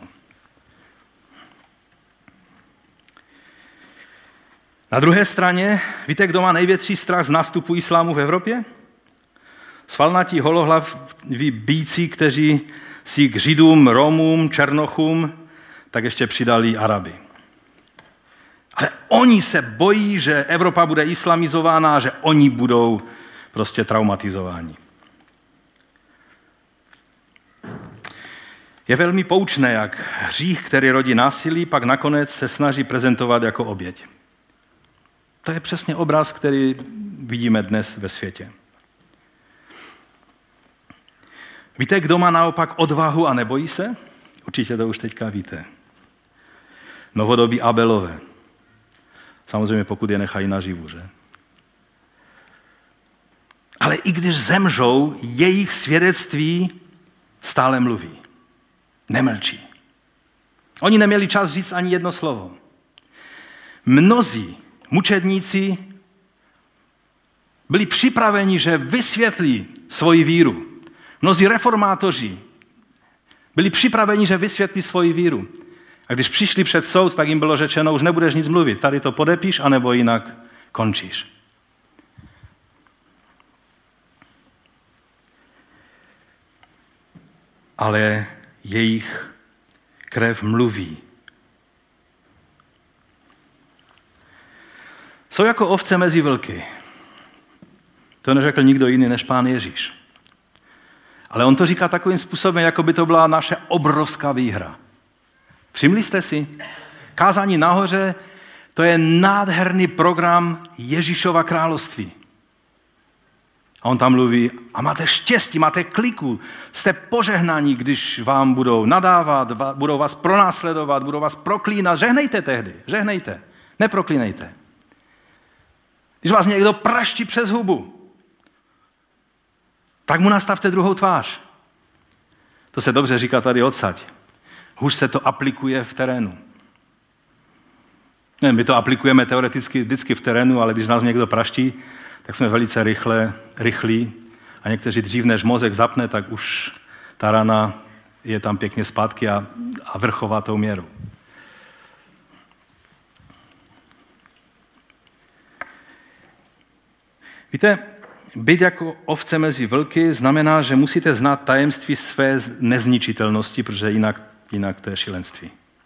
Na druhé straně, víte, kdo má největší strach z nástupu islámu v Evropě? Svalnatí holohlaví býci, kteří si k Židům, Romům, Černochům, tak ještě přidali Araby. Ale oni se bojí, že Evropa bude islamizována, že oni budou prostě traumatizováni. Je velmi poučné, jak hřích, který rodí násilí, pak nakonec se snaží prezentovat jako oběť. To je přesně obraz, který vidíme dnes ve světě. Víte, kdo má naopak odvahu a nebojí se? Určitě to už teďka víte. Novodobí Abelové. Samozřejmě pokud je nechají naživu, že? Ale i když zemřou, jejich svědectví stále mluví. Nemlčí. Oni neměli čas říct ani jedno slovo. Mnozí mučedníci byli připraveni, že vysvětlí svoji víru. Mnozí reformátoři byli připraveni, že vysvětlí svoji víru. A když přišli před soud, tak jim bylo řečeno, už nebudeš nic mluvit, tady to podepíš, anebo jinak končíš. Ale jejich krev mluví. Jsou jako ovce mezi vlky. To neřekl nikdo jiný než Pán Ježíš. Ale on to říká takovým způsobem, jako by to byla naše obrovská výhra. Všimli jste si? Kázání nahoře, to je nádherný program Ježíšova království. A on tam mluví, a máte štěstí, máte kliku, jste požehnaní, když vám budou nadávat, budou vás pronásledovat, budou vás proklínat. Žehnejte tehdy, žehnejte, neproklínejte. Když vás někdo praští přes hubu, tak mu nastavte druhou tvář. To se dobře říká tady odsaď. Hůř se to aplikuje v terénu. Ne, my to aplikujeme teoreticky vždycky v terénu, ale když nás někdo praští, tak jsme velice rychle, rychlí a někteří dřív, než mozek zapne, tak už ta rana je tam pěkně zpátky a, a vrchová tou měrou. Víte, být jako ovce mezi vlky znamená, že musíte znát tajemství své nezničitelnosti, protože jinak, jinak to je šílenství.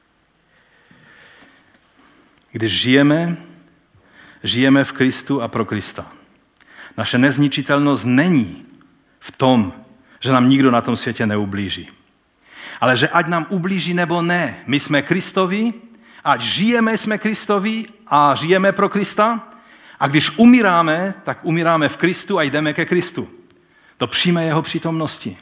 Když žijeme, žijeme v Kristu a pro Krista. Naše nezničitelnost není v tom, že nám nikdo na tom světě neublíží. Ale že ať nám ublíží nebo ne, my jsme Kristovi, ať žijeme, jsme Kristovi a žijeme pro Krista. A když umíráme, tak umíráme v Kristu a jdeme ke Kristu. Do přímé jeho přítomnosti.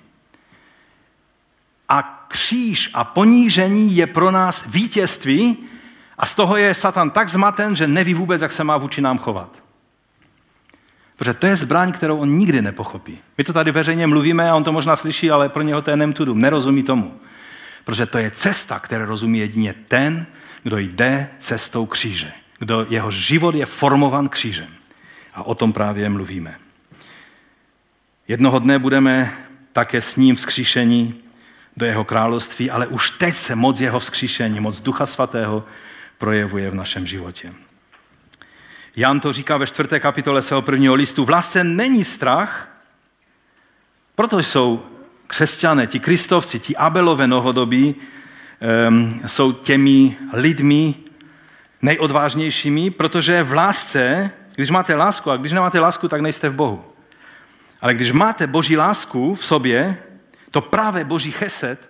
A kříž a ponížení je pro nás vítězství a z toho je Satan tak zmaten, že neví vůbec, jak se má vůči nám chovat. Protože to je zbraň, kterou on nikdy nepochopí. My to tady veřejně mluvíme a on to možná slyší, ale pro něho to je nemtudum, nerozumí tomu. Protože to je cesta, které rozumí jedině ten, kdo jde cestou kříže. Kdo jeho život je formovan křížem. A o tom právě mluvíme. Jednoho dne budeme také s ním vzkříšení do jeho království, ale už teď se moc jeho vzkříšení, moc Ducha Svatého projevuje v našem životě. Jan to říká ve čtvrté kapitole svého prvního listu. V lásce není strach, proto jsou křesťané, ti kristovci, ti Abelové novodobí, um, jsou těmi lidmi nejodvážnějšími, protože v lásce, když máte lásku, a když nemáte lásku, tak nejste v Bohu. Ale když máte Boží lásku v sobě, to právě Boží chesed,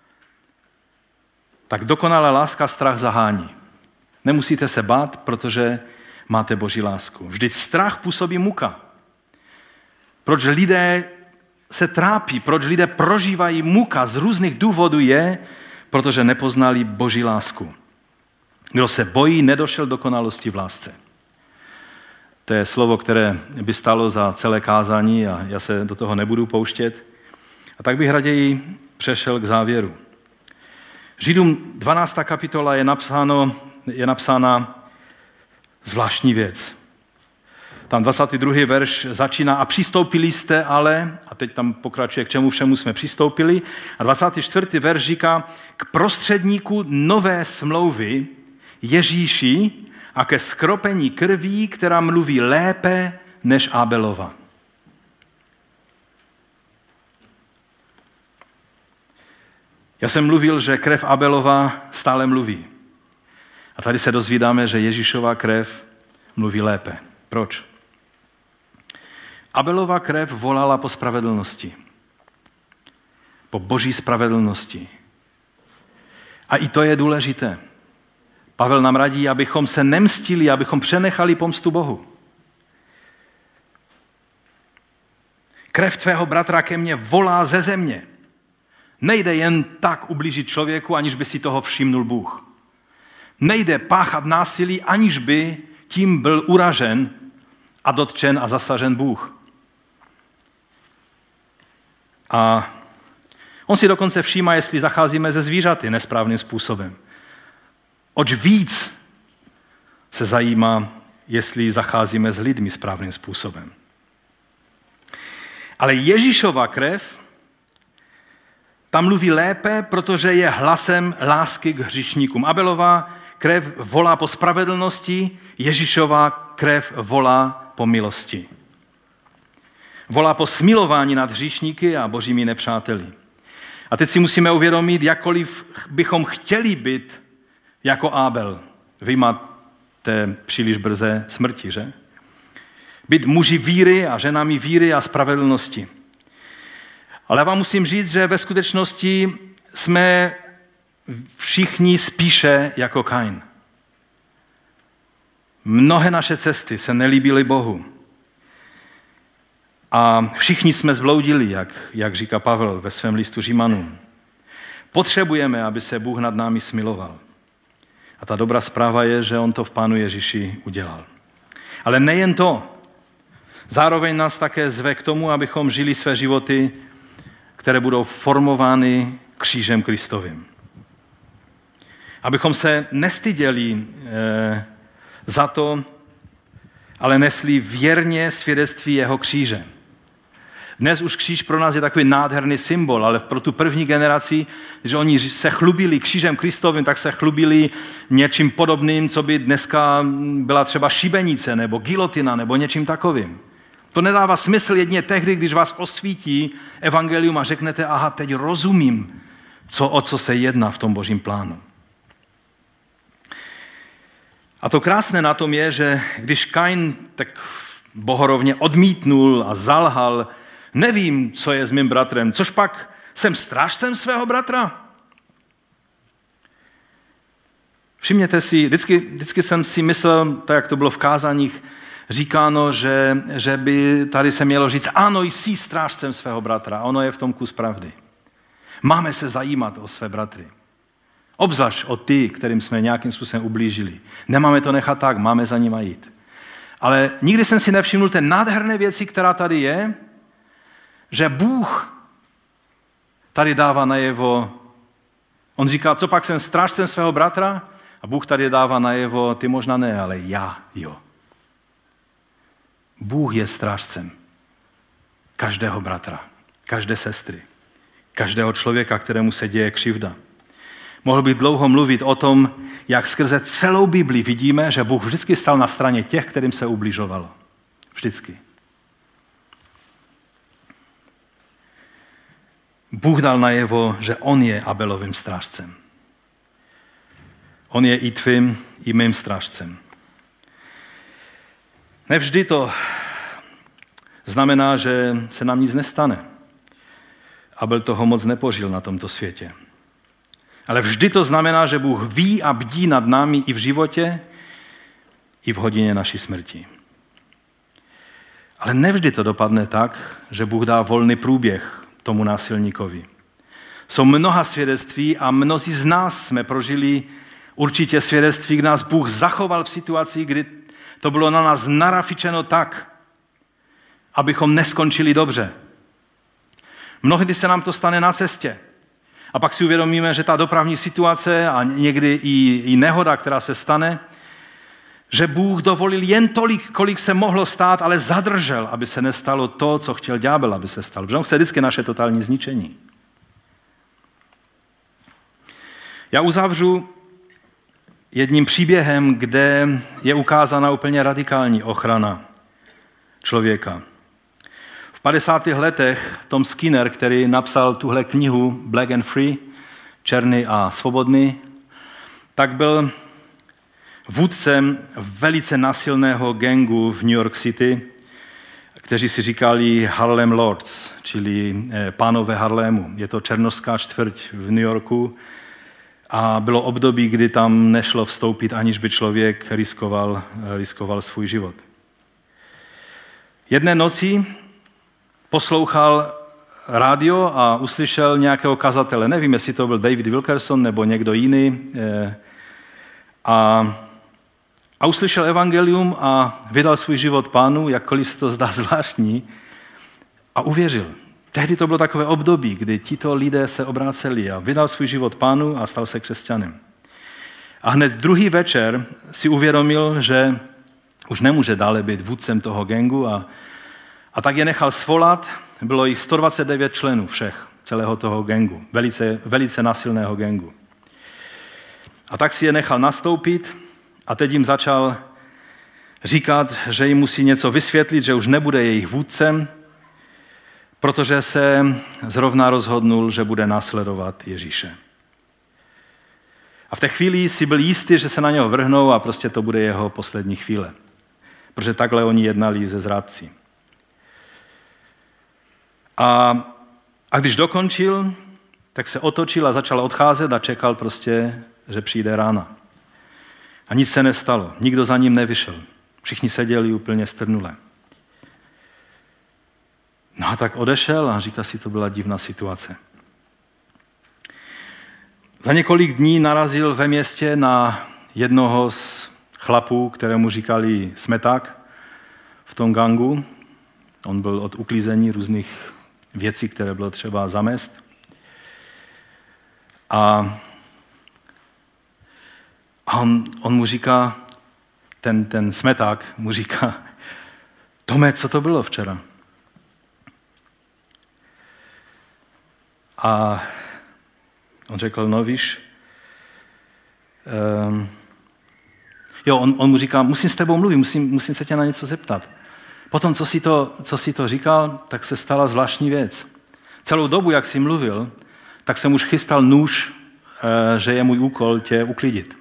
tak dokonalá láska strach zahání. Nemusíte se bát, protože máte Boží lásku. Vždyť strach působí muka. Proč lidé se trápí, proč lidé prožívají muka z různých důvodů je, protože nepoznali Boží lásku. Kdo se bojí, nedošel dokonalosti v lásce. To je slovo, které by stálo za celé kázání a já se do toho nebudu pouštět. A tak bych raději přešel k závěru. Židům dvanáctá kapitola je, napsáno, je napsána zvláštní věc. Tam dvacátý druhý verš začíná a přistoupili jste ale, a teď tam pokračuje, k čemu všemu jsme přistoupili, a dvacátý čtvrtý verš říká k prostředníku nové smlouvy Ježíši a ke skropení krví, která mluví lépe než Abelova. Já jsem mluvil, že krev Abelova stále mluví. A tady se dozvídáme, že Ježíšova krev mluví lépe. Proč? Abelova krev volala po spravedlnosti. Po Boží spravedlnosti. A i to je důležité. Pavel nám radí, abychom se nemstili, abychom přenechali pomstu Bohu. Krev tvého bratra ke mně volá ze země. Nejde jen tak ublížit člověku, aniž by si toho všimnul Bůh. Nejde páchat násilí, aniž by tím byl uražen a dotčen a zasažen Bůh. A on si dokonce všímá, jestli zacházíme se zvířaty nesprávným způsobem. Oč víc se zajímá, jestli zacházíme s lidmi správným způsobem. Ale Ježíšova krev tam mluví lépe, protože je hlasem lásky k hříšníkům. Abelova krev volá po spravedlnosti, Ježíšova krev volá po milosti. Volá po smilování nad hříšníky a božími nepřáteli. A teď si musíme uvědomit, jakkoliv bychom chtěli být jako Abel. Vy máte příliš brzé smrti, že? Být muži víry a ženami víry a spravedlnosti. Ale já vám musím říct, že ve skutečnosti jsme všichni spíše jako Kain. Mnohé naše cesty se nelíbily Bohu. A všichni jsme zbloudili, jak, jak říká Pavel ve svém listu Římanům. Potřebujeme, aby se Bůh nad námi smiloval. A ta dobrá zpráva je, že on to v Pánu Ježíši udělal. Ale nejen to. Zároveň nás také zve k tomu, abychom žili své životy, které budou formovány křížem Kristovým. Abychom se nestyděli e, za to, ale nesli věrně svědectví jeho kříže. Dnes už kříž pro nás je takový nádherný symbol, ale pro tu první generaci, že oni se chlubili křížem Kristovým, tak se chlubili něčím podobným, co by dneska byla třeba šibenice nebo gilotina nebo něčím takovým. To nedává smysl jedině tehdy, když vás osvítí evangelium a řeknete, aha, teď rozumím, co, o co se jedná v tom Božím plánu. A to krásné na tom je, že když Kain tak bohorovně odmítnul a zalhal, nevím, co je s mým bratrem, což pak jsem strážcem svého bratra? Všimněte si, vždycky, vždycky jsem si myslel, tak jak to bylo v kázáních říkáno, že, že by tady se mělo říct, ano, jsi strážcem svého bratra. Ono je v tom kus pravdy. Máme se zajímat o své bratry. Obzvlášť o ty, kterým jsme nějakým způsobem ublížili. Nemáme to nechat tak, máme za nima jít. Ale nikdy jsem si nevšimnul té nádherné věci, která tady je, že Bůh tady dává najevo, on říká, co pak jsem strážcem svého bratra? A Bůh tady dává najevo, ty možná ne, ale já, jo. Bůh je strážcem každého bratra, každé sestry, každého člověka, kterému se děje křivda. Mohl bych dlouho mluvit o tom, jak skrze celou Bibli vidíme, že Bůh vždycky stál na straně těch, kterým se ubližovalo. Vždycky. Bůh dal najevo, že on je Abelovým strážcem. On je i tvým, i mým strážcem. Nevždy to znamená, že se nám nic nestane. Abel toho moc nepožil na tomto světě. Ale vždy to znamená, že Bůh ví a bdí nad námi i v životě, i v hodině naší smrti. Ale nevždy to dopadne tak, že Bůh dá volný průběh tomu násilníkovi. Jsou mnoha svědectví a mnozí z nás jsme prožili určitě svědectví, kdy nás Bůh zachoval v situaci, kdy to bylo na nás narafičeno tak, abychom neskončili dobře. Mnohdy se nám to stane na cestě. A pak si uvědomíme, že ta dopravní situace a někdy i, i nehoda, která se stane, že Bůh dovolil jen tolik, kolik se mohlo stát, ale zadržel, aby se nestalo to, co chtěl ďábel, aby se stalo. Protože on chce vždycky naše totální zničení. Já uzavřu jedním příběhem, kde je ukázána úplně radikální ochrana člověka. V padesátých letech Tom Skinner, který napsal tuhle knihu Black and Free, Černý a svobodný, tak byl vůdcem velice násilného gangu v New York City, kteří si říkali Harlem Lords, čili pánové Harlemu. Je to černošská čtvrť v New Yorku a bylo období, kdy tam nešlo vstoupit, aniž by člověk riskoval, riskoval svůj život. Jedné noci poslouchal rádio a uslyšel nějakého kazatele. Nevím, jestli to byl David Wilkerson nebo někdo jiný. A, a uslyšel evangelium a vydal svůj život Pánu, jakkoliv se to zdá zvláštní, a uvěřil. Tehdy to bylo takové období, kdy tito lidé se obráceli a vydal svůj život Pánu a stal se křesťanem. A hned druhý večer si uvědomil, že už nemůže dále být vůdcem toho gangu a, a tak je nechal svolat. Bylo jich sto dvacet devět členů všech, celého toho gangu, velice, velice násilného gangu. A tak si je nechal nastoupit a teď jim začal říkat, že jim musí něco vysvětlit, že už nebude jejich vůdcem, protože se zrovna rozhodnul, že bude následovat Ježíše. A v té chvíli si byl jistý, že se na něho vrhnou a prostě to bude jeho poslední chvíle. Protože takhle oni jednali ze zrádci. A, a když dokončil, tak se otočil a začal odcházet a čekal prostě, že přijde rána. A nic se nestalo. Nikdo za ním nevyšel. Všichni seděli úplně strnule. No a tak odešel a říká si, to byla divná situace. Za několik dní narazil ve městě na jednoho z chlapů, kterému říkali Smeták v tom gangu. On byl od uklízení různých věcí, které bylo třeba zamést. A, a on, on mu říká, ten, ten Smeták mu říká, Tome, co to bylo včera? A on řekl, no víš, um, jo, on, on mu říká, musím s tebou mluvit, musím, musím se tě na něco zeptat. Potom, co si, to, co si to říkal, tak se stala zvláštní věc. Celou dobu, jak jsi mluvil, tak jsem už chystal nůž, že je můj úkol tě uklidit.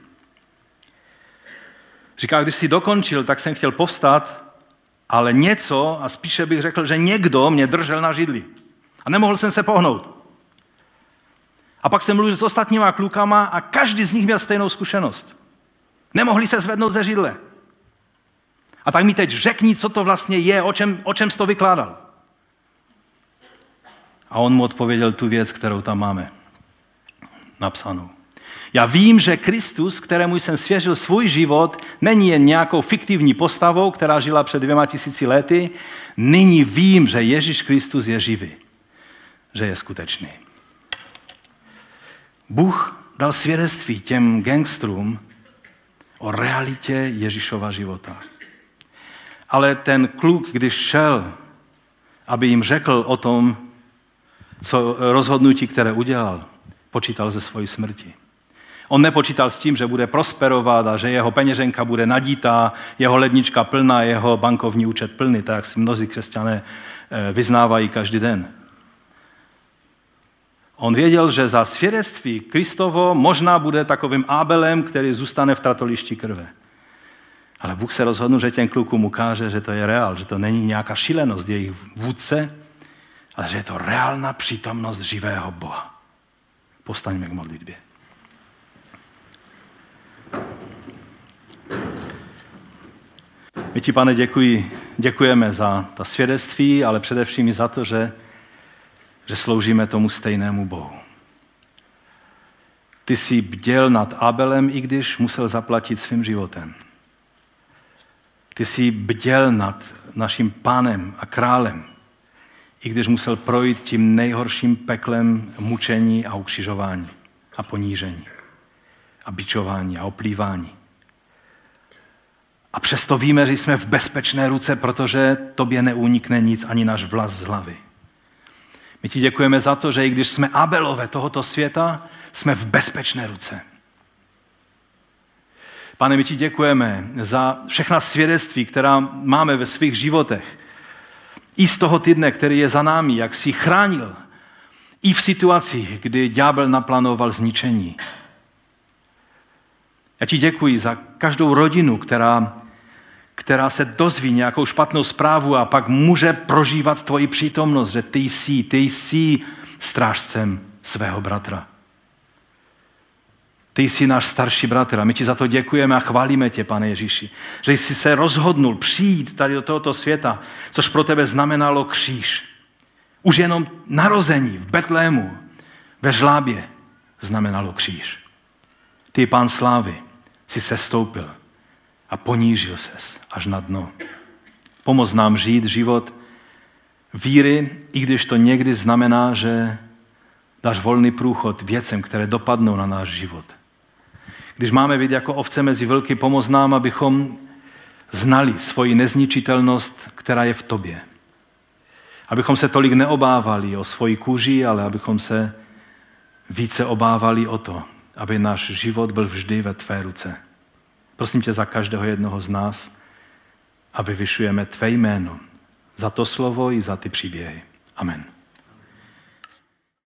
Říká, když jsi dokončil, tak jsem chtěl povstat, ale něco, a spíše bych řekl, že někdo mě držel na židli. A nemohl jsem se pohnout. A pak jsem mluvil s ostatníma klukama a každý z nich měl stejnou zkušenost. Nemohli se zvednout ze židle. A tak mi teď řekni, co to vlastně je, o čem, o čem jsi to vykládal. A on mu odpověděl tu věc, kterou tam máme napsanou. Já vím, že Kristus, kterému jsem svěřil svůj život, není jen nějakou fiktivní postavou, která žila před dvěma tisíci lety. Nyní vím, že Ježíš Kristus je živý, že je skutečný. Bůh dal svědectví těm gangstrům o realitě Ježíšova života. Ale ten kluk, když šel, aby jim řekl o tom, co rozhodnutí, které udělal, počítal ze svojí smrti. On nepočítal s tím, že bude prosperovat a že jeho peněženka bude nadítá, jeho lednička plná, jeho bankovní účet plný, tak jak si mnozí křesťané vyznávají každý den. On věděl, že za svědectví Kristovo možná bude takovým Abelem, který zůstane v tratolišti krve. Ale Bůh se rozhodl, že těm klukům ukáže, že to je reál, že to není nějaká šílenost jejich vůdce, ale že je to reálná přítomnost živého Boha. Povstaňme k modlitbě. My ti, Pane, děkuji, děkujeme za ta svědectví, ale především i za to, že, že sloužíme tomu stejnému Bohu. Ty jsi bděl nad Abelem, i když musel zaplatit svým životem. Ty jsi bděl nad naším Pánem a králem, i když musel projít tím nejhorším peklem mučení a ukřižování a ponížení a bičování a oplývání. A přesto víme, že jsme v bezpečné ruce, protože tobě neunikne nic, ani náš vlas z hlavy. My ti děkujeme za to, že i když jsme Abelové tohoto světa, jsme v bezpečné ruce. Pane, my ti děkujeme za všechna svědectví, která máme ve svých životech. I z toho týdne, který je za námi, jak jsi chránil. I v situaci, kdy ďábel naplánoval zničení. Já ti děkuji za každou rodinu, která, která se dozví nějakou špatnou zprávu a pak může prožívat tvoji přítomnost, že ty jsi, ty jsi strážcem svého bratra. Ty jsi náš starší bratr a my ti za to děkujeme a chválíme tě, Pane Ježíši, že jsi se rozhodnul přijít tady do tohoto světa, což pro tebe znamenalo kříž. Už jenom narození v Betlému, ve žlábě, znamenalo kříž. Ty, Pán slávy, jsi sestoupil a ponížil ses až na dno. Pomoz nám žít život víry, i když to někdy znamená, že dáš volný průchod věcem, které dopadnou na náš život. Když máme být jako ovce mezi vlky, pomoz nám, abychom znali svoji nezničitelnost, která je v tobě. Abychom se tolik neobávali o svoji kůži, ale abychom se více obávali o to, aby náš život byl vždy ve tvé ruce. Prosím tě za každého jednoho z nás a vyvyšujeme tvé jméno za to slovo i za ty příběhy. Amen.